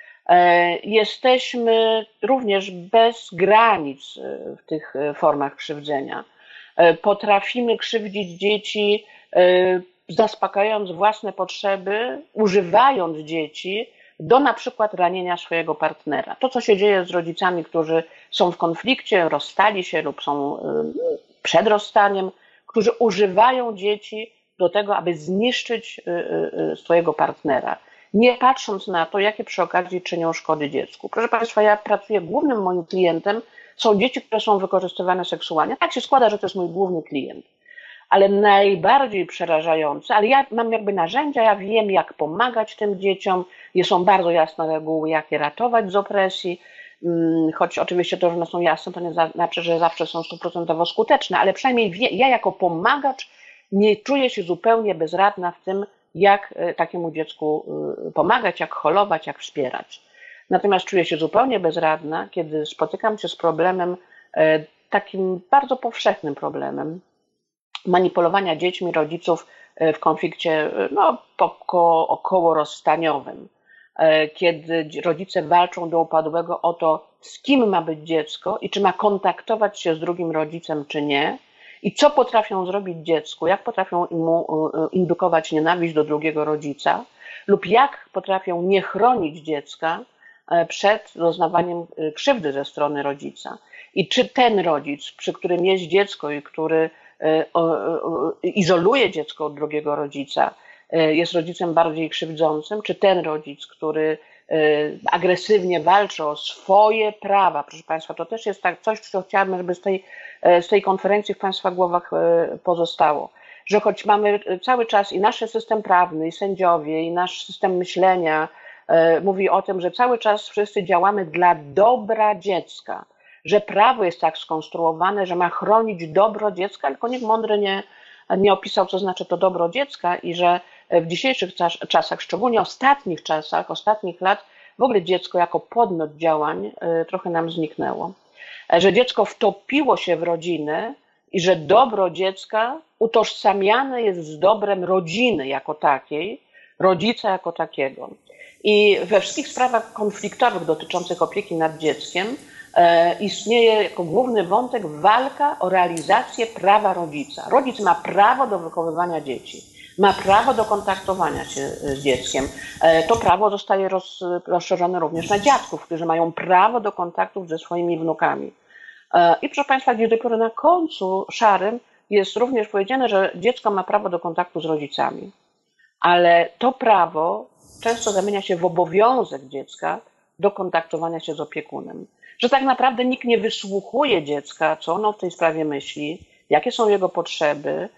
Jesteśmy również bez granic w tych formach krzywdzenia. Potrafimy krzywdzić dzieci, zaspokajając własne potrzeby, używając dzieci do na przykład ranienia swojego partnera. To, co się dzieje z rodzicami, którzy są w konflikcie, rozstali się lub są przed rozstaniem, którzy używają dzieci do tego, aby zniszczyć swojego partnera, nie patrząc na to, jakie przy okazji czynią szkody dziecku. Proszę Państwa, ja pracuję, głównym moim klientem są dzieci, które są wykorzystywane seksualnie. Tak się składa, że to jest mój główny klient. Ale najbardziej przerażające, ale ja mam jakby narzędzia, ja wiem, jak pomagać tym dzieciom, są bardzo jasne reguły, jak je ratować z opresji, choć oczywiście to, że one są jasne, to nie znaczy, że zawsze są 100% skuteczne, ale przynajmniej ja jako pomagacz nie czuję się zupełnie bezradna w tym, jak takiemu dziecku pomagać, jak holować, jak wspierać. Natomiast czuję się zupełnie bezradna, kiedy spotykam się z problemem, takim bardzo powszechnym problemem, manipulowania dziećmi rodziców w konflikcie około rozstaniowym, kiedy rodzice walczą do upadłego o to, z kim ma być dziecko i czy ma kontaktować się z drugim rodzicem, czy nie, i co potrafią zrobić dziecku, jak potrafią mu indukować nienawiść do drugiego rodzica, lub jak potrafią nie chronić dziecka przed doznawaniem krzywdy ze strony rodzica. I czy ten rodzic, przy którym jest dziecko i który izoluje dziecko od drugiego rodzica, jest rodzicem bardziej krzywdzącym, czy ten rodzic, który agresywnie walczy o swoje prawa. Proszę Państwa, to też jest tak coś, co chciałabym, żeby z tej konferencji w Państwa głowach pozostało. Że choć mamy cały czas i nasz system prawny, i sędziowie, i nasz system myślenia mówi o tym, że cały czas wszyscy działamy dla dobra dziecka, że prawo jest tak skonstruowane, że ma chronić dobro dziecka, tylko nikt mądry nie opisał, co znaczy to dobro dziecka i że w dzisiejszych czasach, szczególnie ostatnich lat, w ogóle dziecko jako podmiot działań trochę nam zniknęło. Że dziecko wtopiło się w rodzinę i że dobro dziecka utożsamiane jest z dobrem rodziny jako takiej, rodzica jako takiego. I we wszystkich sprawach konfliktowych dotyczących opieki nad dzieckiem istnieje jako główny wątek walka o realizację prawa rodzica. Rodzic ma prawo do wychowywania dzieci, ma prawo do kontaktowania się z dzieckiem. To prawo zostaje rozszerzone również na dziadków, którzy mają prawo do kontaktów ze swoimi wnukami. I proszę Państwa, gdzie dopiero na końcu szarym jest również powiedziane, że dziecko ma prawo do kontaktu z rodzicami. Ale to prawo często zamienia się w obowiązek dziecka do kontaktowania się z opiekunem. Że tak naprawdę nikt nie wysłuchuje dziecka, co ono w tej sprawie myśli, jakie są jego potrzeby,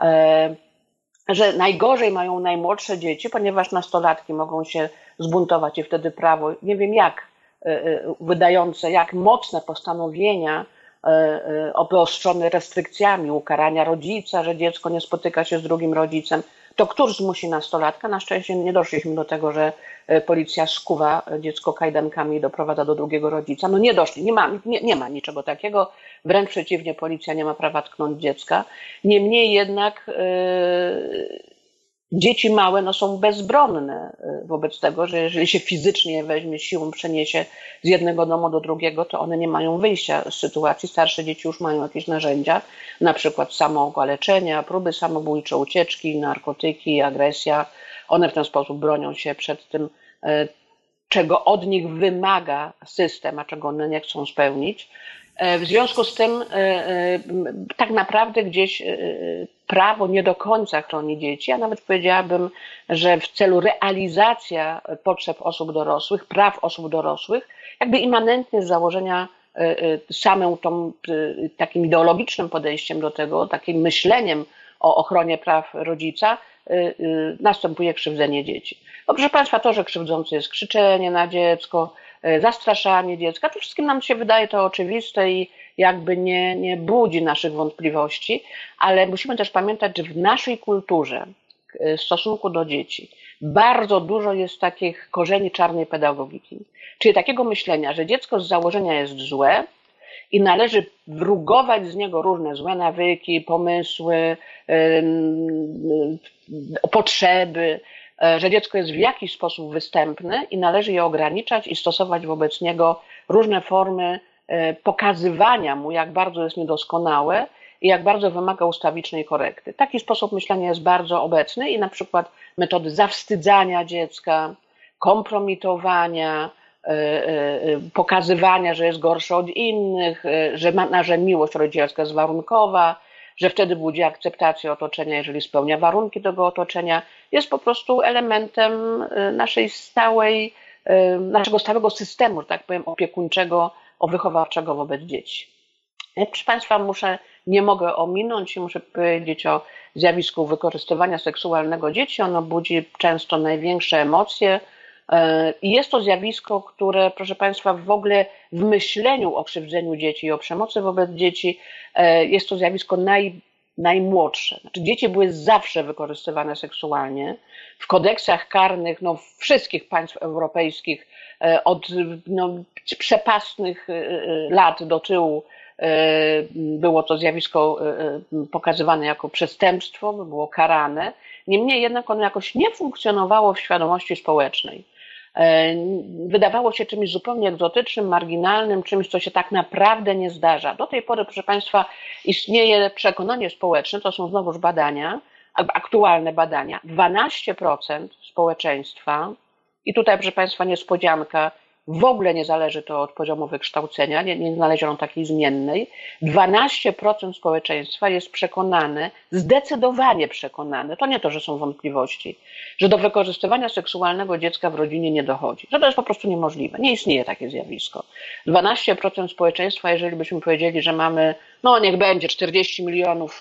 że najgorzej mają najmłodsze dzieci, ponieważ nastolatki mogą się zbuntować i wtedy prawo, nie wiem jak, wydające, jak mocne postanowienia obostrzone restrykcjami ukarania rodzica, że dziecko nie spotyka się z drugim rodzicem, to któż zmusi nastolatka? Na szczęście nie doszliśmy do tego, że policja skuwa dziecko kajdankami i doprowadza do drugiego rodzica. No nie doszli, nie ma niczego takiego, wręcz przeciwnie, policja nie ma prawa tknąć dziecka. Niemniej jednak dzieci małe są bezbronne wobec tego, że jeżeli się fizycznie je weźmie, siłą przeniesie z jednego domu do drugiego, to one nie mają wyjścia z sytuacji. Starsze dzieci już mają jakieś narzędzia, na przykład samookaleczenia, próby samobójcze, ucieczki, narkotyki, agresja. One w ten sposób bronią się przed tym czego od nich wymaga system, a czego one nie chcą spełnić. W związku z tym tak naprawdę gdzieś prawo nie do końca chroni dzieci, a nawet powiedziałabym, że w celu realizacja potrzeb osób dorosłych, praw osób dorosłych, jakby immanentnie z założenia takim ideologicznym podejściem do tego, takim myśleniem o ochronie praw rodzica, następuje krzywdzenie dzieci. No, proszę Państwa, to, że krzywdzące jest krzyczenie na dziecko, zastraszanie dziecka, to wszystkim nam się wydaje to oczywiste i jakby nie budzi naszych wątpliwości, ale musimy też pamiętać, że w naszej kulturze w stosunku do dzieci bardzo dużo jest takich korzeni czarnej pedagogiki, czyli takiego myślenia, że dziecko z założenia jest złe i należy wrugować z niego różne złe nawyki, pomysły, potrzeby, że dziecko jest w jakiś sposób występne i należy je ograniczać i stosować wobec niego różne formy pokazywania mu, jak bardzo jest niedoskonałe i jak bardzo wymaga ustawicznej korekty. Taki sposób myślenia jest bardzo obecny i na przykład metody zawstydzania dziecka, kompromitowania, pokazywania, że jest gorszy od innych, że miłość rodzicielska jest warunkowa, że wtedy budzi akceptację otoczenia, jeżeli spełnia warunki tego otoczenia, jest po prostu elementem naszego stałego systemu, że tak powiem, opiekuńczego, wychowawczego wobec dzieci. Proszę Państwa, nie mogę ominąć i muszę powiedzieć o zjawisku wykorzystywania seksualnego dzieci. Ono budzi często największe emocje i jest to zjawisko, które, proszę Państwa, w ogóle w myśleniu o krzywdzeniu dzieci i o przemocy wobec dzieci jest to zjawisko najmłodsze. Znaczy, dzieci były zawsze wykorzystywane seksualnie. W kodeksach karnych wszystkich państw europejskich od przepastnych lat do tyłu było to zjawisko pokazywane jako przestępstwo, było karane. Niemniej jednak ono jakoś nie funkcjonowało w świadomości społecznej. Wydawało się czymś zupełnie egzotycznym, marginalnym, czymś, co się tak naprawdę nie zdarza. Do tej pory, proszę Państwa, istnieje przekonanie społeczne, to są znowuż badania, aktualne badania, 12% społeczeństwa, i tutaj, proszę Państwa, niespodzianka, w ogóle nie zależy to od poziomu wykształcenia, nie znaleziono takiej zmiennej. 12% społeczeństwa jest przekonane, zdecydowanie przekonane, to nie to, że są wątpliwości, że do wykorzystywania seksualnego dziecka w rodzinie nie dochodzi, że to jest po prostu niemożliwe, nie istnieje takie zjawisko. 12% społeczeństwa, jeżeli byśmy powiedzieli, że mamy, niech będzie 40 milionów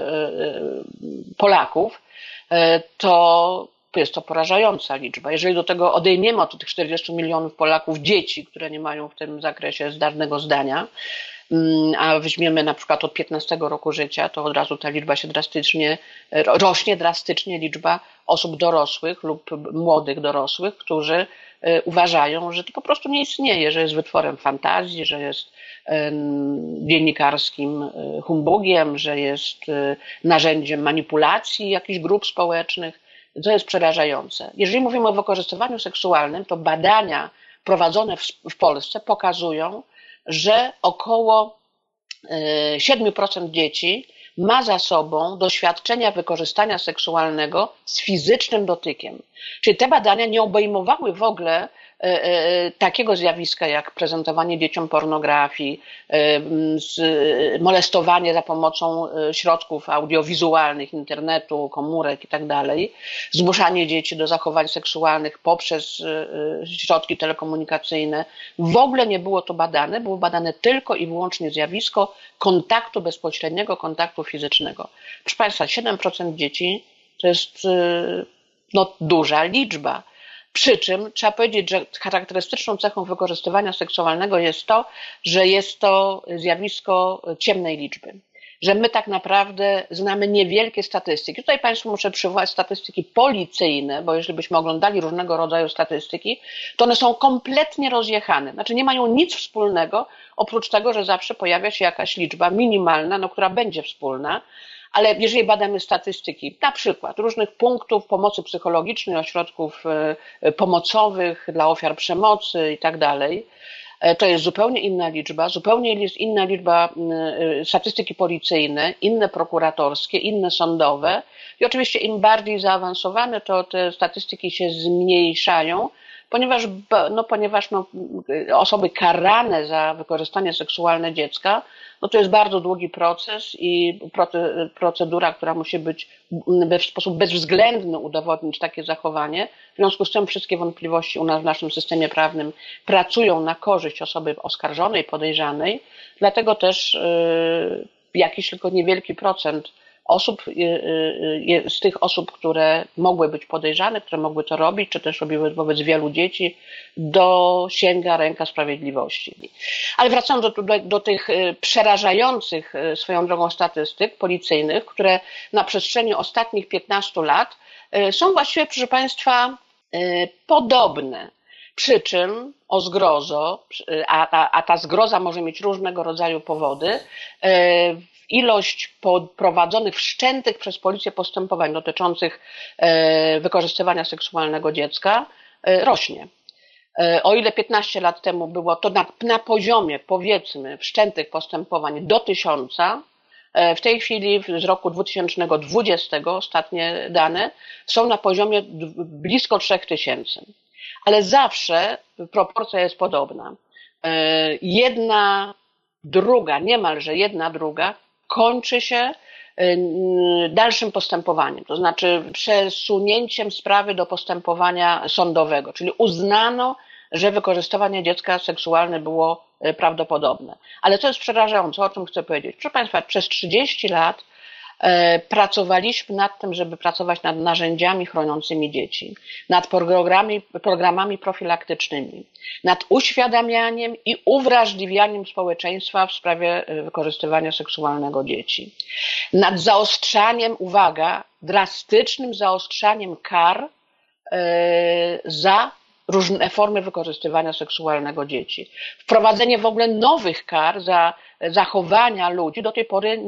Polaków, to jest to porażająca liczba. Jeżeli do tego odejmiemy od tych 40 milionów Polaków dzieci, które nie mają w tym zakresie zdarnego zdania, a weźmiemy na przykład od 15 roku życia, to od razu ta liczba się rośnie drastycznie liczba osób dorosłych lub młodych dorosłych, którzy uważają, że to po prostu nie istnieje, że jest wytworem fantazji, że jest dziennikarskim humbugiem, że jest narzędziem manipulacji jakichś grup społecznych. To jest przerażające. Jeżeli mówimy o wykorzystywaniu seksualnym, to badania prowadzone w Polsce pokazują, że około 7% dzieci ma za sobą doświadczenia wykorzystania seksualnego z fizycznym dotykiem. Czyli te badania nie obejmowały w ogóle takiego zjawiska jak prezentowanie dzieciom pornografii, molestowanie za pomocą środków audiowizualnych, internetu, komórek i tak dalej, zmuszanie dzieci do zachowań seksualnych poprzez środki telekomunikacyjne. W ogóle nie było to badane, było badane tylko i wyłącznie zjawisko bezpośredniego kontaktu fizycznego. Proszę Państwa, 7% dzieci to jest duża liczba. Przy czym trzeba powiedzieć, że charakterystyczną cechą wykorzystywania seksualnego jest to, że jest to zjawisko ciemnej liczby. Że my tak naprawdę znamy niewielkie statystyki. Tutaj Państwu muszę przywołać statystyki policyjne, bo jeżeli byśmy oglądali różnego rodzaju statystyki, to one są kompletnie rozjechane. Znaczy nie mają nic wspólnego, oprócz tego, że zawsze pojawia się jakaś liczba minimalna, która będzie wspólna. Ale jeżeli badamy statystyki, na przykład różnych punktów pomocy psychologicznej, ośrodków pomocowych dla ofiar przemocy i tak dalej, To jest zupełnie inna liczba, zupełnie jest inna liczba statystyki policyjne, inne prokuratorskie, inne sądowe i oczywiście im bardziej zaawansowane, to te statystyki się zmniejszają, ponieważ osoby karane za wykorzystanie seksualne dziecka, to jest bardzo długi proces i procedura, która musi być w sposób bezwzględny udowodnić takie zachowanie. W związku z tym wszystkie wątpliwości u nas w naszym systemie prawnym pracują na korzyść osoby oskarżonej, podejrzanej, dlatego też jakiś tylko niewielki procent osób, z tych osób, które mogły być podejrzane, które mogły to robić, czy też robiły wobec wielu dzieci, dosięga ręka sprawiedliwości. Ale wracając do tych przerażających swoją drogą statystyk policyjnych, które na przestrzeni ostatnich 15 lat są właściwie, proszę Państwa, podobne. Przy czym, o zgrozo, a ta zgroza może mieć różnego rodzaju powody, ilość prowadzonych, wszczętych przez policję postępowań dotyczących wykorzystywania seksualnego dziecka rośnie. O ile 15 lat temu było to na poziomie, powiedzmy, wszczętych postępowań do 1000, w tej chwili z roku 2020, ostatnie dane, są na poziomie blisko 3000. Ale zawsze proporcja jest podobna. Jedna druga, niemalże jedna druga kończy się dalszym postępowaniem, to znaczy przesunięciem sprawy do postępowania sądowego, czyli uznano, że wykorzystywanie dziecka seksualne było prawdopodobne. Ale co jest przerażające, o czym chcę powiedzieć? Proszę Państwa, przez 30 lat pracowaliśmy nad tym, żeby pracować nad narzędziami chroniącymi dzieci, nad programami profilaktycznymi, nad uświadamianiem i uwrażliwianiem społeczeństwa w sprawie wykorzystywania seksualnego dzieci, nad zaostrzaniem, uwaga, drastycznym zaostrzaniem kar za różne formy wykorzystywania seksualnego dzieci. Wprowadzenie w ogóle nowych kar za zachowania ludzi do tej pory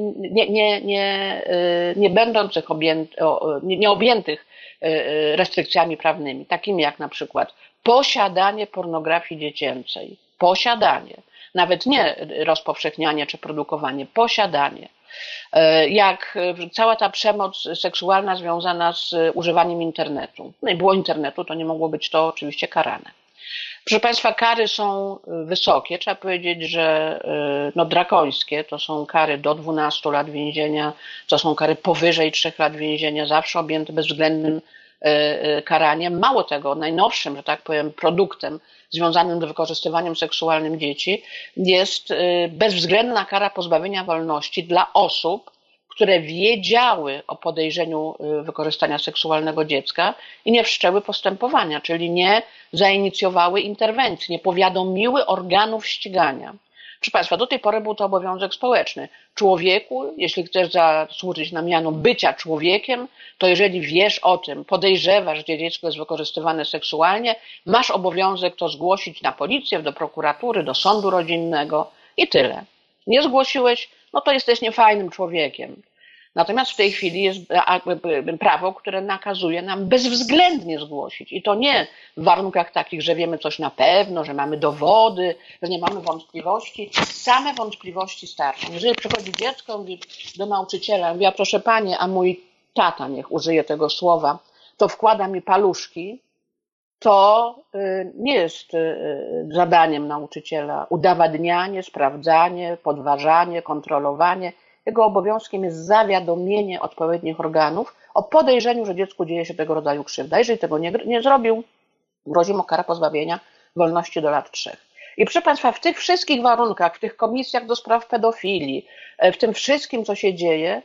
nie będących nieobjętych restrykcjami prawnymi, takimi jak na przykład posiadanie pornografii dziecięcej. Posiadanie. Nawet nie rozpowszechnianie czy produkowanie. Posiadanie. Jak cała ta przemoc seksualna związana z używaniem internetu. No i było internetu, to nie mogło być to oczywiście karane. Proszę Państwa, kary są wysokie, trzeba powiedzieć, że drakońskie, to są kary do 12 lat więzienia, to są kary powyżej 3 lat więzienia, zawsze objęte bezwzględnym karaniem. Mało tego, najnowszym, że tak powiem, produktem związanym z wykorzystywaniem seksualnym dzieci jest bezwzględna kara pozbawienia wolności dla osób, które wiedziały o podejrzeniu wykorzystania seksualnego dziecka i nie wszczęły postępowania, czyli nie zainicjowały interwencji, nie powiadomiły organów ścigania. Proszę Państwa, do tej pory był to obowiązek społeczny. Człowieku, jeśli chcesz zasłużyć na miano bycia człowiekiem, to jeżeli wiesz o tym, podejrzewasz, że dziecko jest wykorzystywane seksualnie, masz obowiązek to zgłosić na policję, do prokuratury, do sądu rodzinnego i tyle. Nie zgłosiłeś, no to jesteś niefajnym człowiekiem. Natomiast w tej chwili jest prawo, które nakazuje nam bezwzględnie zgłosić. I to nie w warunkach takich, że wiemy coś na pewno, że mamy dowody, że nie mamy wątpliwości. Same wątpliwości starczą. Jeżeli przychodzi dziecko, mówi do nauczyciela, mówi, a proszę Panie, a mój tata, niech użyje tego słowa, to wkłada mi paluszki, to nie jest zadaniem nauczyciela udowadnianie, sprawdzanie, podważanie, kontrolowanie. Jego obowiązkiem jest zawiadomienie odpowiednich organów o podejrzeniu, że dziecku dzieje się tego rodzaju krzywda. Jeżeli tego nie zrobił, grozi mu kara pozbawienia wolności do lat 3. I proszę Państwa, w tych wszystkich warunkach, w tych komisjach do spraw pedofilii, w tym wszystkim, co się dzieje,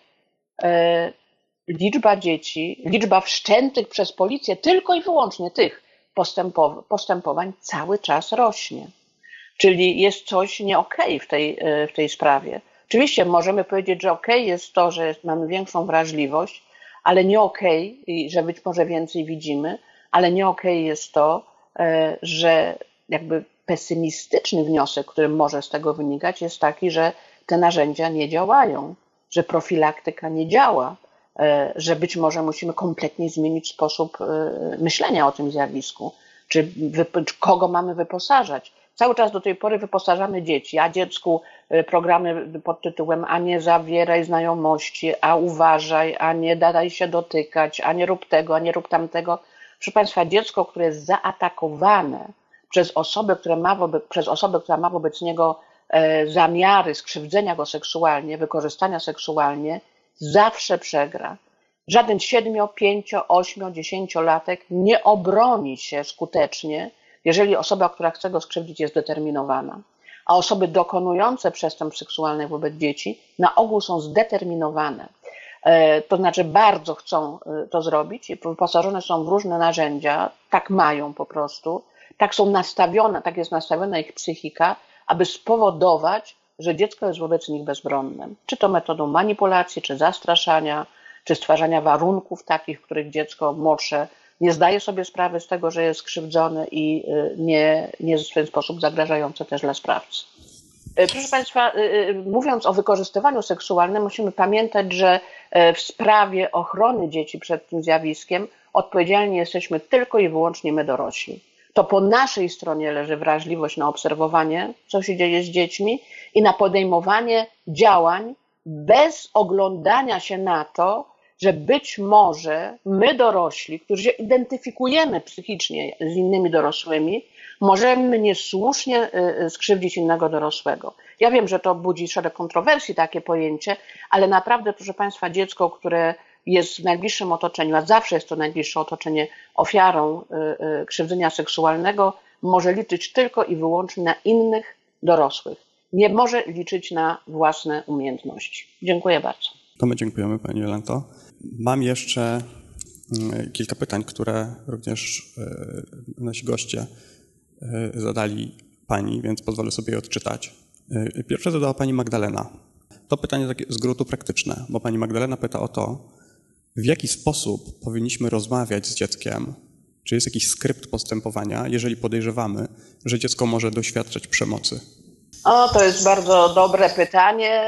liczba dzieci, liczba wszczętych przez policję, tylko i wyłącznie tych postępowań cały czas rośnie. Czyli jest coś nie okej w tej sprawie. Oczywiście możemy powiedzieć, że okej jest to, że mamy większą wrażliwość, ale nie okej, że być może więcej widzimy, ale nie okej jest to, że jakby pesymistyczny wniosek, który może z tego wynikać, jest taki, że te narzędzia nie działają, że profilaktyka nie działa, że być może musimy kompletnie zmienić sposób myślenia o tym zjawisku, czy kogo mamy wyposażać. Cały czas do tej pory wyposażamy dzieci, a dziecku programy pod tytułem a nie zawieraj znajomości, a uważaj, a nie daj się dotykać, a nie rób tego, a nie rób tamtego. Proszę Państwa, dziecko, które jest zaatakowane przez osobę, która ma wobec niego zamiary skrzywdzenia go seksualnie, wykorzystania seksualnie, zawsze przegra. Żaden 7, 5, 8, 10-latek nie obroni się skutecznie, jeżeli osoba, która chce go skrzywdzić, jest zdeterminowana. A osoby dokonujące przestępstw seksualnych wobec dzieci na ogół są zdeterminowane. To znaczy bardzo chcą to zrobić i wyposażone są w różne narzędzia, tak mają po prostu, tak jest nastawiona ich psychika, aby spowodować, że dziecko jest wobec nich bezbronne. Czy to metodą manipulacji, czy zastraszania, czy stwarzania warunków takich, w których dziecko młodsze nie zdaje sobie sprawy z tego, że jest skrzywdzone i nie jest w ten sposób zagrażające też dla sprawcy. Proszę Państwa, mówiąc o wykorzystywaniu seksualnym, musimy pamiętać, że w sprawie ochrony dzieci przed tym zjawiskiem odpowiedzialni jesteśmy tylko i wyłącznie my dorośli. To po naszej stronie leży wrażliwość na obserwowanie, co się dzieje z dziećmi i na podejmowanie działań bez oglądania się na to, że być może my dorośli, którzy się identyfikujemy psychicznie z innymi dorosłymi, możemy niesłusznie skrzywdzić innego dorosłego. Ja wiem, że to budzi szereg kontrowersji takie pojęcie, ale naprawdę, proszę Państwa, dziecko, które jest w najbliższym otoczeniu, a zawsze jest to najbliższe otoczenie ofiarą krzywdzenia seksualnego, może liczyć tylko i wyłącznie na innych dorosłych. Nie może liczyć na własne umiejętności. Dziękuję bardzo. To my dziękujemy Pani Jolento. Mam jeszcze kilka pytań, które również nasi goście zadali Pani, więc pozwolę sobie je odczytać. Pierwsze zadała Pani Magdalena. To pytanie takie z gruntu praktyczne, bo Pani Magdalena pyta o to, w jaki sposób powinniśmy rozmawiać z dzieckiem, czy jest jakiś skrypt postępowania, jeżeli podejrzewamy, że dziecko może doświadczać przemocy. To jest bardzo dobre pytanie.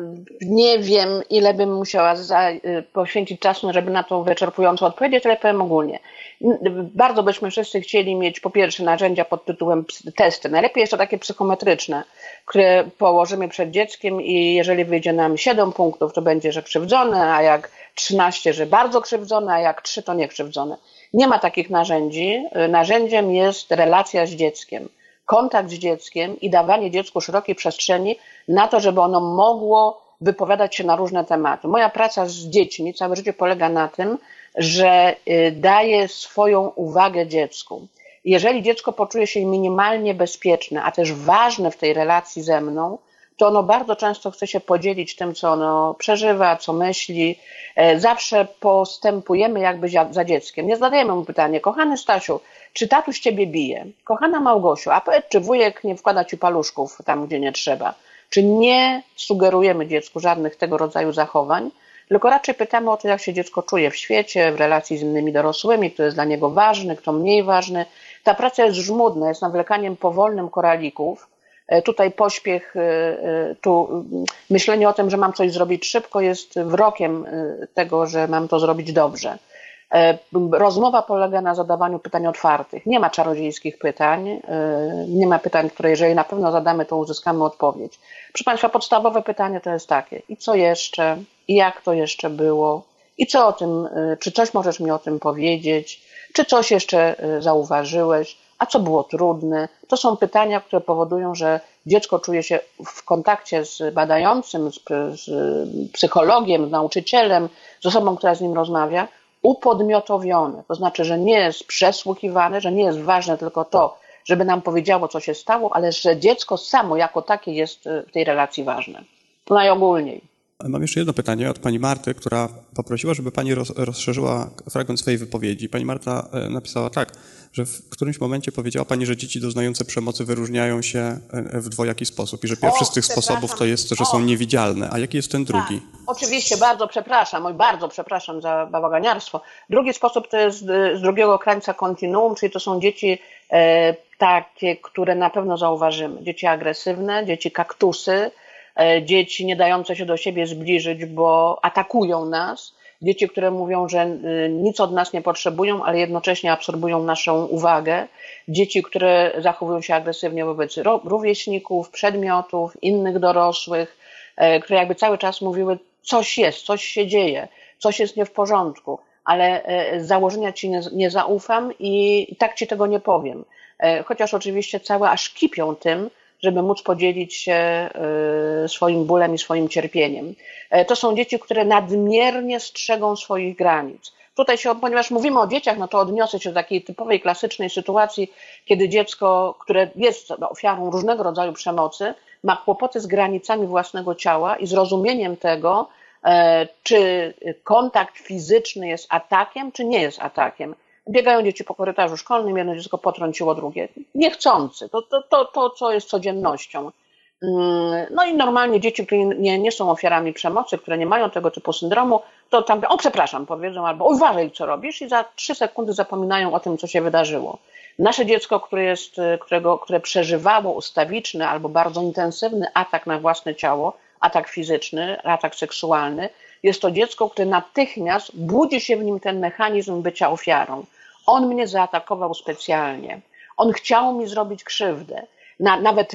Nie wiem, ile bym musiała poświęcić czasu, żeby na to wyczerpująco odpowiedzieć, ale powiem ogólnie. Bardzo byśmy wszyscy chcieli mieć po pierwsze narzędzia pod tytułem testy. Najlepiej jest to takie psychometryczne, które położymy przed dzieckiem i jeżeli wyjdzie nam 7 punktów, to będzie, że krzywdzone, a jak 13, że bardzo krzywdzone, a jak 3, to nie krzywdzone. Nie ma takich narzędzi. Narzędziem jest relacja z dzieckiem. Kontakt z dzieckiem i dawanie dziecku szerokiej przestrzeni na to, żeby ono mogło wypowiadać się na różne tematy. Moja praca z dziećmi całe życie polega na tym, że daję swoją uwagę dziecku. Jeżeli dziecko poczuje się minimalnie bezpieczne, a też ważne w tej relacji ze mną, to ono bardzo często chce się podzielić tym, co ono przeżywa, co myśli. Zawsze postępujemy jakby za dzieckiem. Nie zadajemy mu pytania, kochany Stasiu, czy tatuś ciebie bije? Kochana Małgosiu, a powiedz, czy wujek nie wkłada ci paluszków tam, gdzie nie trzeba? Czy nie sugerujemy dziecku żadnych tego rodzaju zachowań, tylko raczej pytamy o to, jak się dziecko czuje w świecie, w relacji z innymi dorosłymi, kto jest dla niego ważny, kto mniej ważny. Ta praca jest żmudna, jest nawlekaniem powolnym koralików. Tutaj pośpiech, tu myślenie o tym, że mam coś zrobić szybko, jest wrokiem tego, że mam to zrobić dobrze. Rozmowa polega na zadawaniu pytań otwartych. Nie ma czarodziejskich pytań, nie ma pytań, które jeżeli na pewno zadamy, to uzyskamy odpowiedź. Proszę Państwa, podstawowe pytanie to jest takie: i co jeszcze? I jak to jeszcze było? I co o tym, czy coś możesz mi o tym powiedzieć? Czy coś jeszcze zauważyłeś? A co było trudne? To są pytania, które powodują, że dziecko czuje się w kontakcie z badającym, z psychologiem, z nauczycielem, z osobą, która z nim rozmawia, upodmiotowione. To znaczy, że nie jest przesłuchiwane, że nie jest ważne tylko to, żeby nam powiedziało, co się stało, ale że dziecko samo jako takie jest w tej relacji ważne. To najogólniej. Mam jeszcze jedno pytanie od pani Marty, która poprosiła, żeby pani rozszerzyła fragment swojej wypowiedzi. Pani Marta napisała tak, że w którymś momencie powiedziała pani, że dzieci doznające przemocy wyróżniają się w dwojaki sposób i że pierwszy z tych sposobów to jest, że są niewidzialne. A jaki jest ten drugi? Tak, oczywiście, bardzo przepraszam za bałaganiarstwo. Drugi sposób to jest z drugiego krańca kontinuum, czyli to są dzieci takie, które na pewno zauważymy. Dzieci agresywne, dzieci kaktusy, dzieci nie dające się do siebie zbliżyć, bo atakują nas. dzieci, które mówią, że nic od nas nie potrzebują, ale jednocześnie absorbują naszą uwagę, dzieci, które zachowują się agresywnie wobec rówieśników, przedmiotów, innych dorosłych, które jakby cały czas mówiły, coś jest, coś się dzieje, coś jest nie w porządku, ale z założenia ci nie zaufam i tak ci tego nie powiem. Chociaż oczywiście całe aż kipią tym, żeby móc podzielić się swoim bólem i swoim cierpieniem. To są dzieci, które nadmiernie strzegą swoich granic. Tutaj ponieważ mówimy o dzieciach, no to odniosę się do takiej typowej, klasycznej sytuacji, kiedy dziecko, które jest ofiarą różnego rodzaju przemocy, ma kłopoty z granicami własnego ciała i zrozumieniem tego, czy kontakt fizyczny jest atakiem, czy nie jest atakiem. Biegają dzieci po korytarzu szkolnym, jedno dziecko potrąciło drugie. Niechcący. To co jest codziennością. No i normalnie dzieci, które nie są ofiarami przemocy, które nie mają tego typu syndromu, to tam, o przepraszam, powiedzą, albo uważaj, co robisz, i za 3 sekundy zapominają o tym, co się wydarzyło. Nasze dziecko, które przeżywało ustawiczny albo bardzo intensywny atak na własne ciało, atak fizyczny, atak seksualny, jest to dziecko, które natychmiast budzi się w nim ten mechanizm bycia ofiarą. On mnie zaatakował specjalnie. On chciał mi zrobić krzywdę. Nawet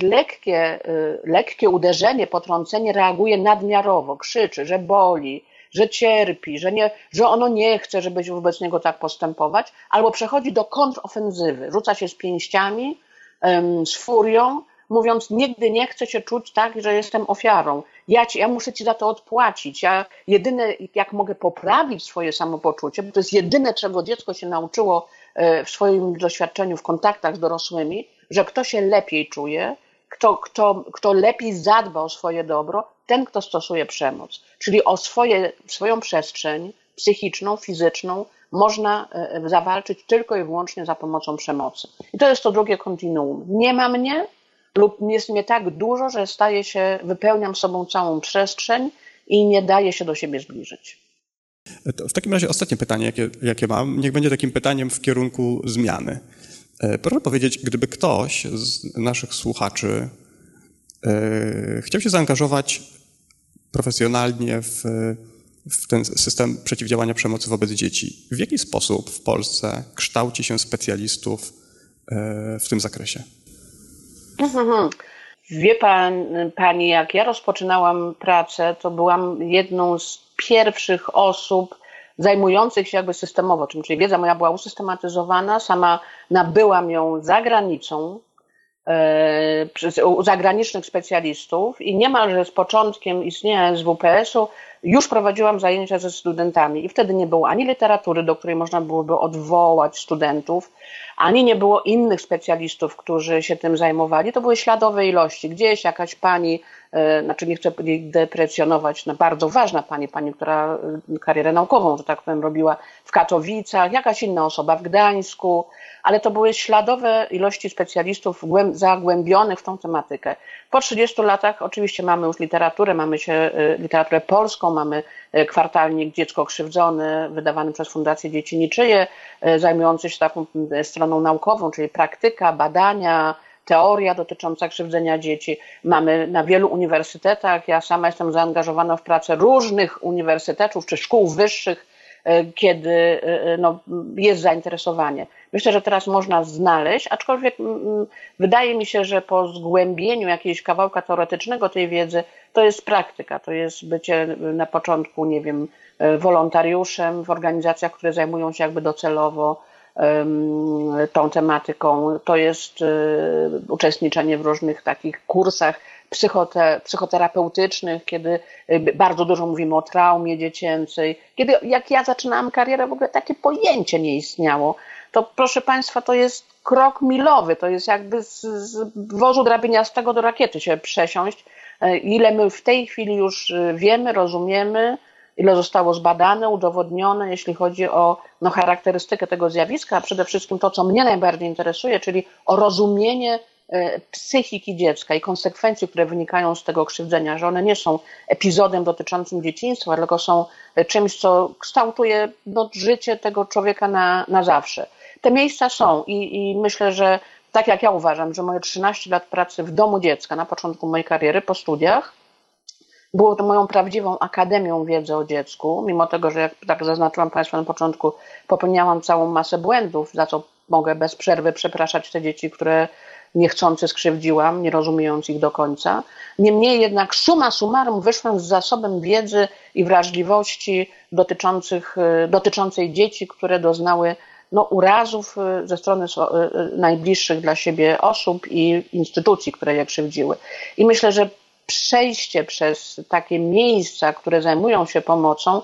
lekkie uderzenie, potrącenie reaguje nadmiarowo, krzyczy, że boli, że cierpi, że ono nie chce, żeby wobec niego tak postępować, albo przechodzi do kontrofensywy, rzuca się z pięściami, z furią, mówiąc, nigdy nie chcę się czuć tak, że jestem ofiarą. Ja muszę ci za to odpłacić. Ja jedyne, jak mogę poprawić swoje samopoczucie, bo to jest jedyne, czego dziecko się nauczyło w swoim doświadczeniu, w kontaktach z dorosłymi, że kto się lepiej czuje, kto lepiej zadba o swoje dobro, ten, kto stosuje przemoc. Czyli o swoją przestrzeń psychiczną, fizyczną można zawalczyć tylko i wyłącznie za pomocą przemocy. I to jest to drugie kontinuum. Nie ma mnie, lub jest mnie tak dużo, że wypełniam sobą całą przestrzeń i nie daje się do siebie zbliżyć. To w takim razie ostatnie pytanie, jakie mam, niech będzie takim pytaniem w kierunku zmiany. Proszę powiedzieć, gdyby ktoś z naszych słuchaczy chciał się zaangażować profesjonalnie w ten system przeciwdziałania przemocy wobec dzieci, w jaki sposób w Polsce kształci się specjalistów w tym zakresie? Wie pani, jak ja rozpoczynałam pracę, to byłam jedną z pierwszych osób zajmujących się jakby systemowo, czyli wiedza moja była usystematyzowana, sama nabyłam ją za granicą, u zagranicznych specjalistów i niemalże z początkiem istnienia SWPS-u już prowadziłam zajęcia ze studentami i wtedy nie było ani literatury, do której można byłoby odwołać studentów, ani nie było innych specjalistów, którzy się tym zajmowali. To były śladowe ilości. Gdzieś jakaś pani, znaczy nie chcę deprecjonować, bardzo ważna pani, która karierę naukową, że tak powiem, robiła w Katowicach, jakaś inna osoba w Gdańsku, ale to były śladowe ilości specjalistów zagłębionych w tą tematykę. Po 30 latach oczywiście mamy już literaturę polską, mamy kwartalnik Dziecko krzywdzone, wydawany przez Fundację Dzieci Niczyje, zajmujący się taką stroną naukową, czyli praktyka, badania, teoria dotycząca krzywdzenia dzieci. Mamy na wielu uniwersytetach, ja sama jestem zaangażowana w pracę różnych uniwersytetów czy szkół wyższych, kiedy jest zainteresowanie. Myślę, że teraz można znaleźć, aczkolwiek wydaje mi się, że po zgłębieniu jakiegoś kawałka teoretycznego tej wiedzy, to jest praktyka, to jest bycie na początku, nie wiem, wolontariuszem w organizacjach, które zajmują się jakby docelowo tą tematyką, to jest uczestniczenie w różnych takich kursach psychoterapeutycznych, kiedy bardzo dużo mówimy o traumie dziecięcej. Kiedy jak ja zaczynałam karierę, w ogóle takie pojęcie nie istniało. To proszę Państwa, to jest krok milowy, to jest jakby z wozu drabiniastego do rakiety się przesiąść. Ile my w tej chwili już wiemy, rozumiemy, ile zostało zbadane, udowodnione, jeśli chodzi o charakterystykę tego zjawiska, a przede wszystkim to, co mnie najbardziej interesuje, czyli o rozumienie psychiki dziecka i konsekwencji, które wynikają z tego krzywdzenia, że one nie są epizodem dotyczącym dzieciństwa, tylko są czymś, co kształtuje życie tego człowieka na zawsze. Te miejsca są i myślę, że tak jak ja uważam, że moje 13 lat pracy w domu dziecka na początku mojej kariery po studiach było to moją prawdziwą akademią wiedzy o dziecku, mimo tego, że jak tak zaznaczyłam Państwu na początku, popełniałam całą masę błędów, za co mogę bez przerwy przepraszać te dzieci, które niechcący skrzywdziłam, nie rozumiejąc ich do końca. Niemniej jednak summa summarum wyszłam z zasobem wiedzy i wrażliwości dotyczącej dzieci, które doznały urazów ze strony najbliższych dla siebie osób i instytucji, które je krzywdziły. I myślę, że przejście przez takie miejsca, które zajmują się pomocą,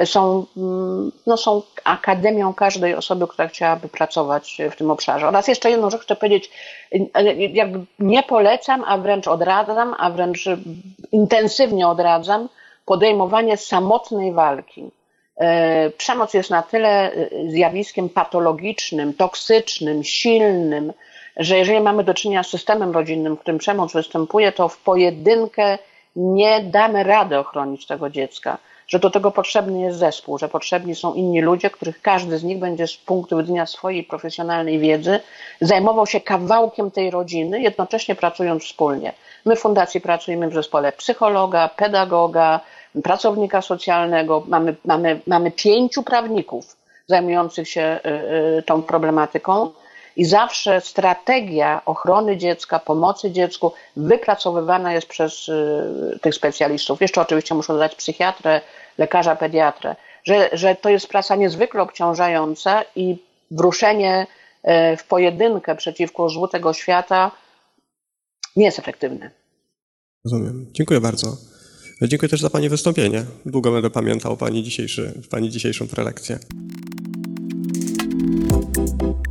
są akademią każdej osoby, która chciałaby pracować w tym obszarze. Oraz jeszcze jedną rzecz chcę powiedzieć, jakby nie polecam, a wręcz odradzam, a wręcz intensywnie odradzam podejmowanie samotnej walki. Przemoc jest na tyle zjawiskiem patologicznym, toksycznym, silnym, że jeżeli mamy do czynienia z systemem rodzinnym, w którym przemoc występuje, to w pojedynkę nie damy rady ochronić tego dziecka, że do tego potrzebny jest zespół, że potrzebni są inni ludzie, których każdy z nich będzie z punktu widzenia swojej profesjonalnej wiedzy zajmował się kawałkiem tej rodziny, jednocześnie pracując wspólnie. My w Fundacji pracujemy w zespole psychologa, pedagoga, pracownika socjalnego, mamy 5 prawników zajmujących się tą problematyką i zawsze strategia ochrony dziecka, pomocy dziecku wypracowywana jest przez tych specjalistów. Jeszcze oczywiście muszę dodać psychiatrę, lekarza, pediatrę, że to jest praca niezwykle obciążająca i wruszenie w pojedynkę przeciwko złu tego świata nie jest efektywne. Rozumiem. Dziękuję bardzo. Dziękuję też za Pani wystąpienie. Długo będę pamiętał Pani dzisiejszą prelekcję.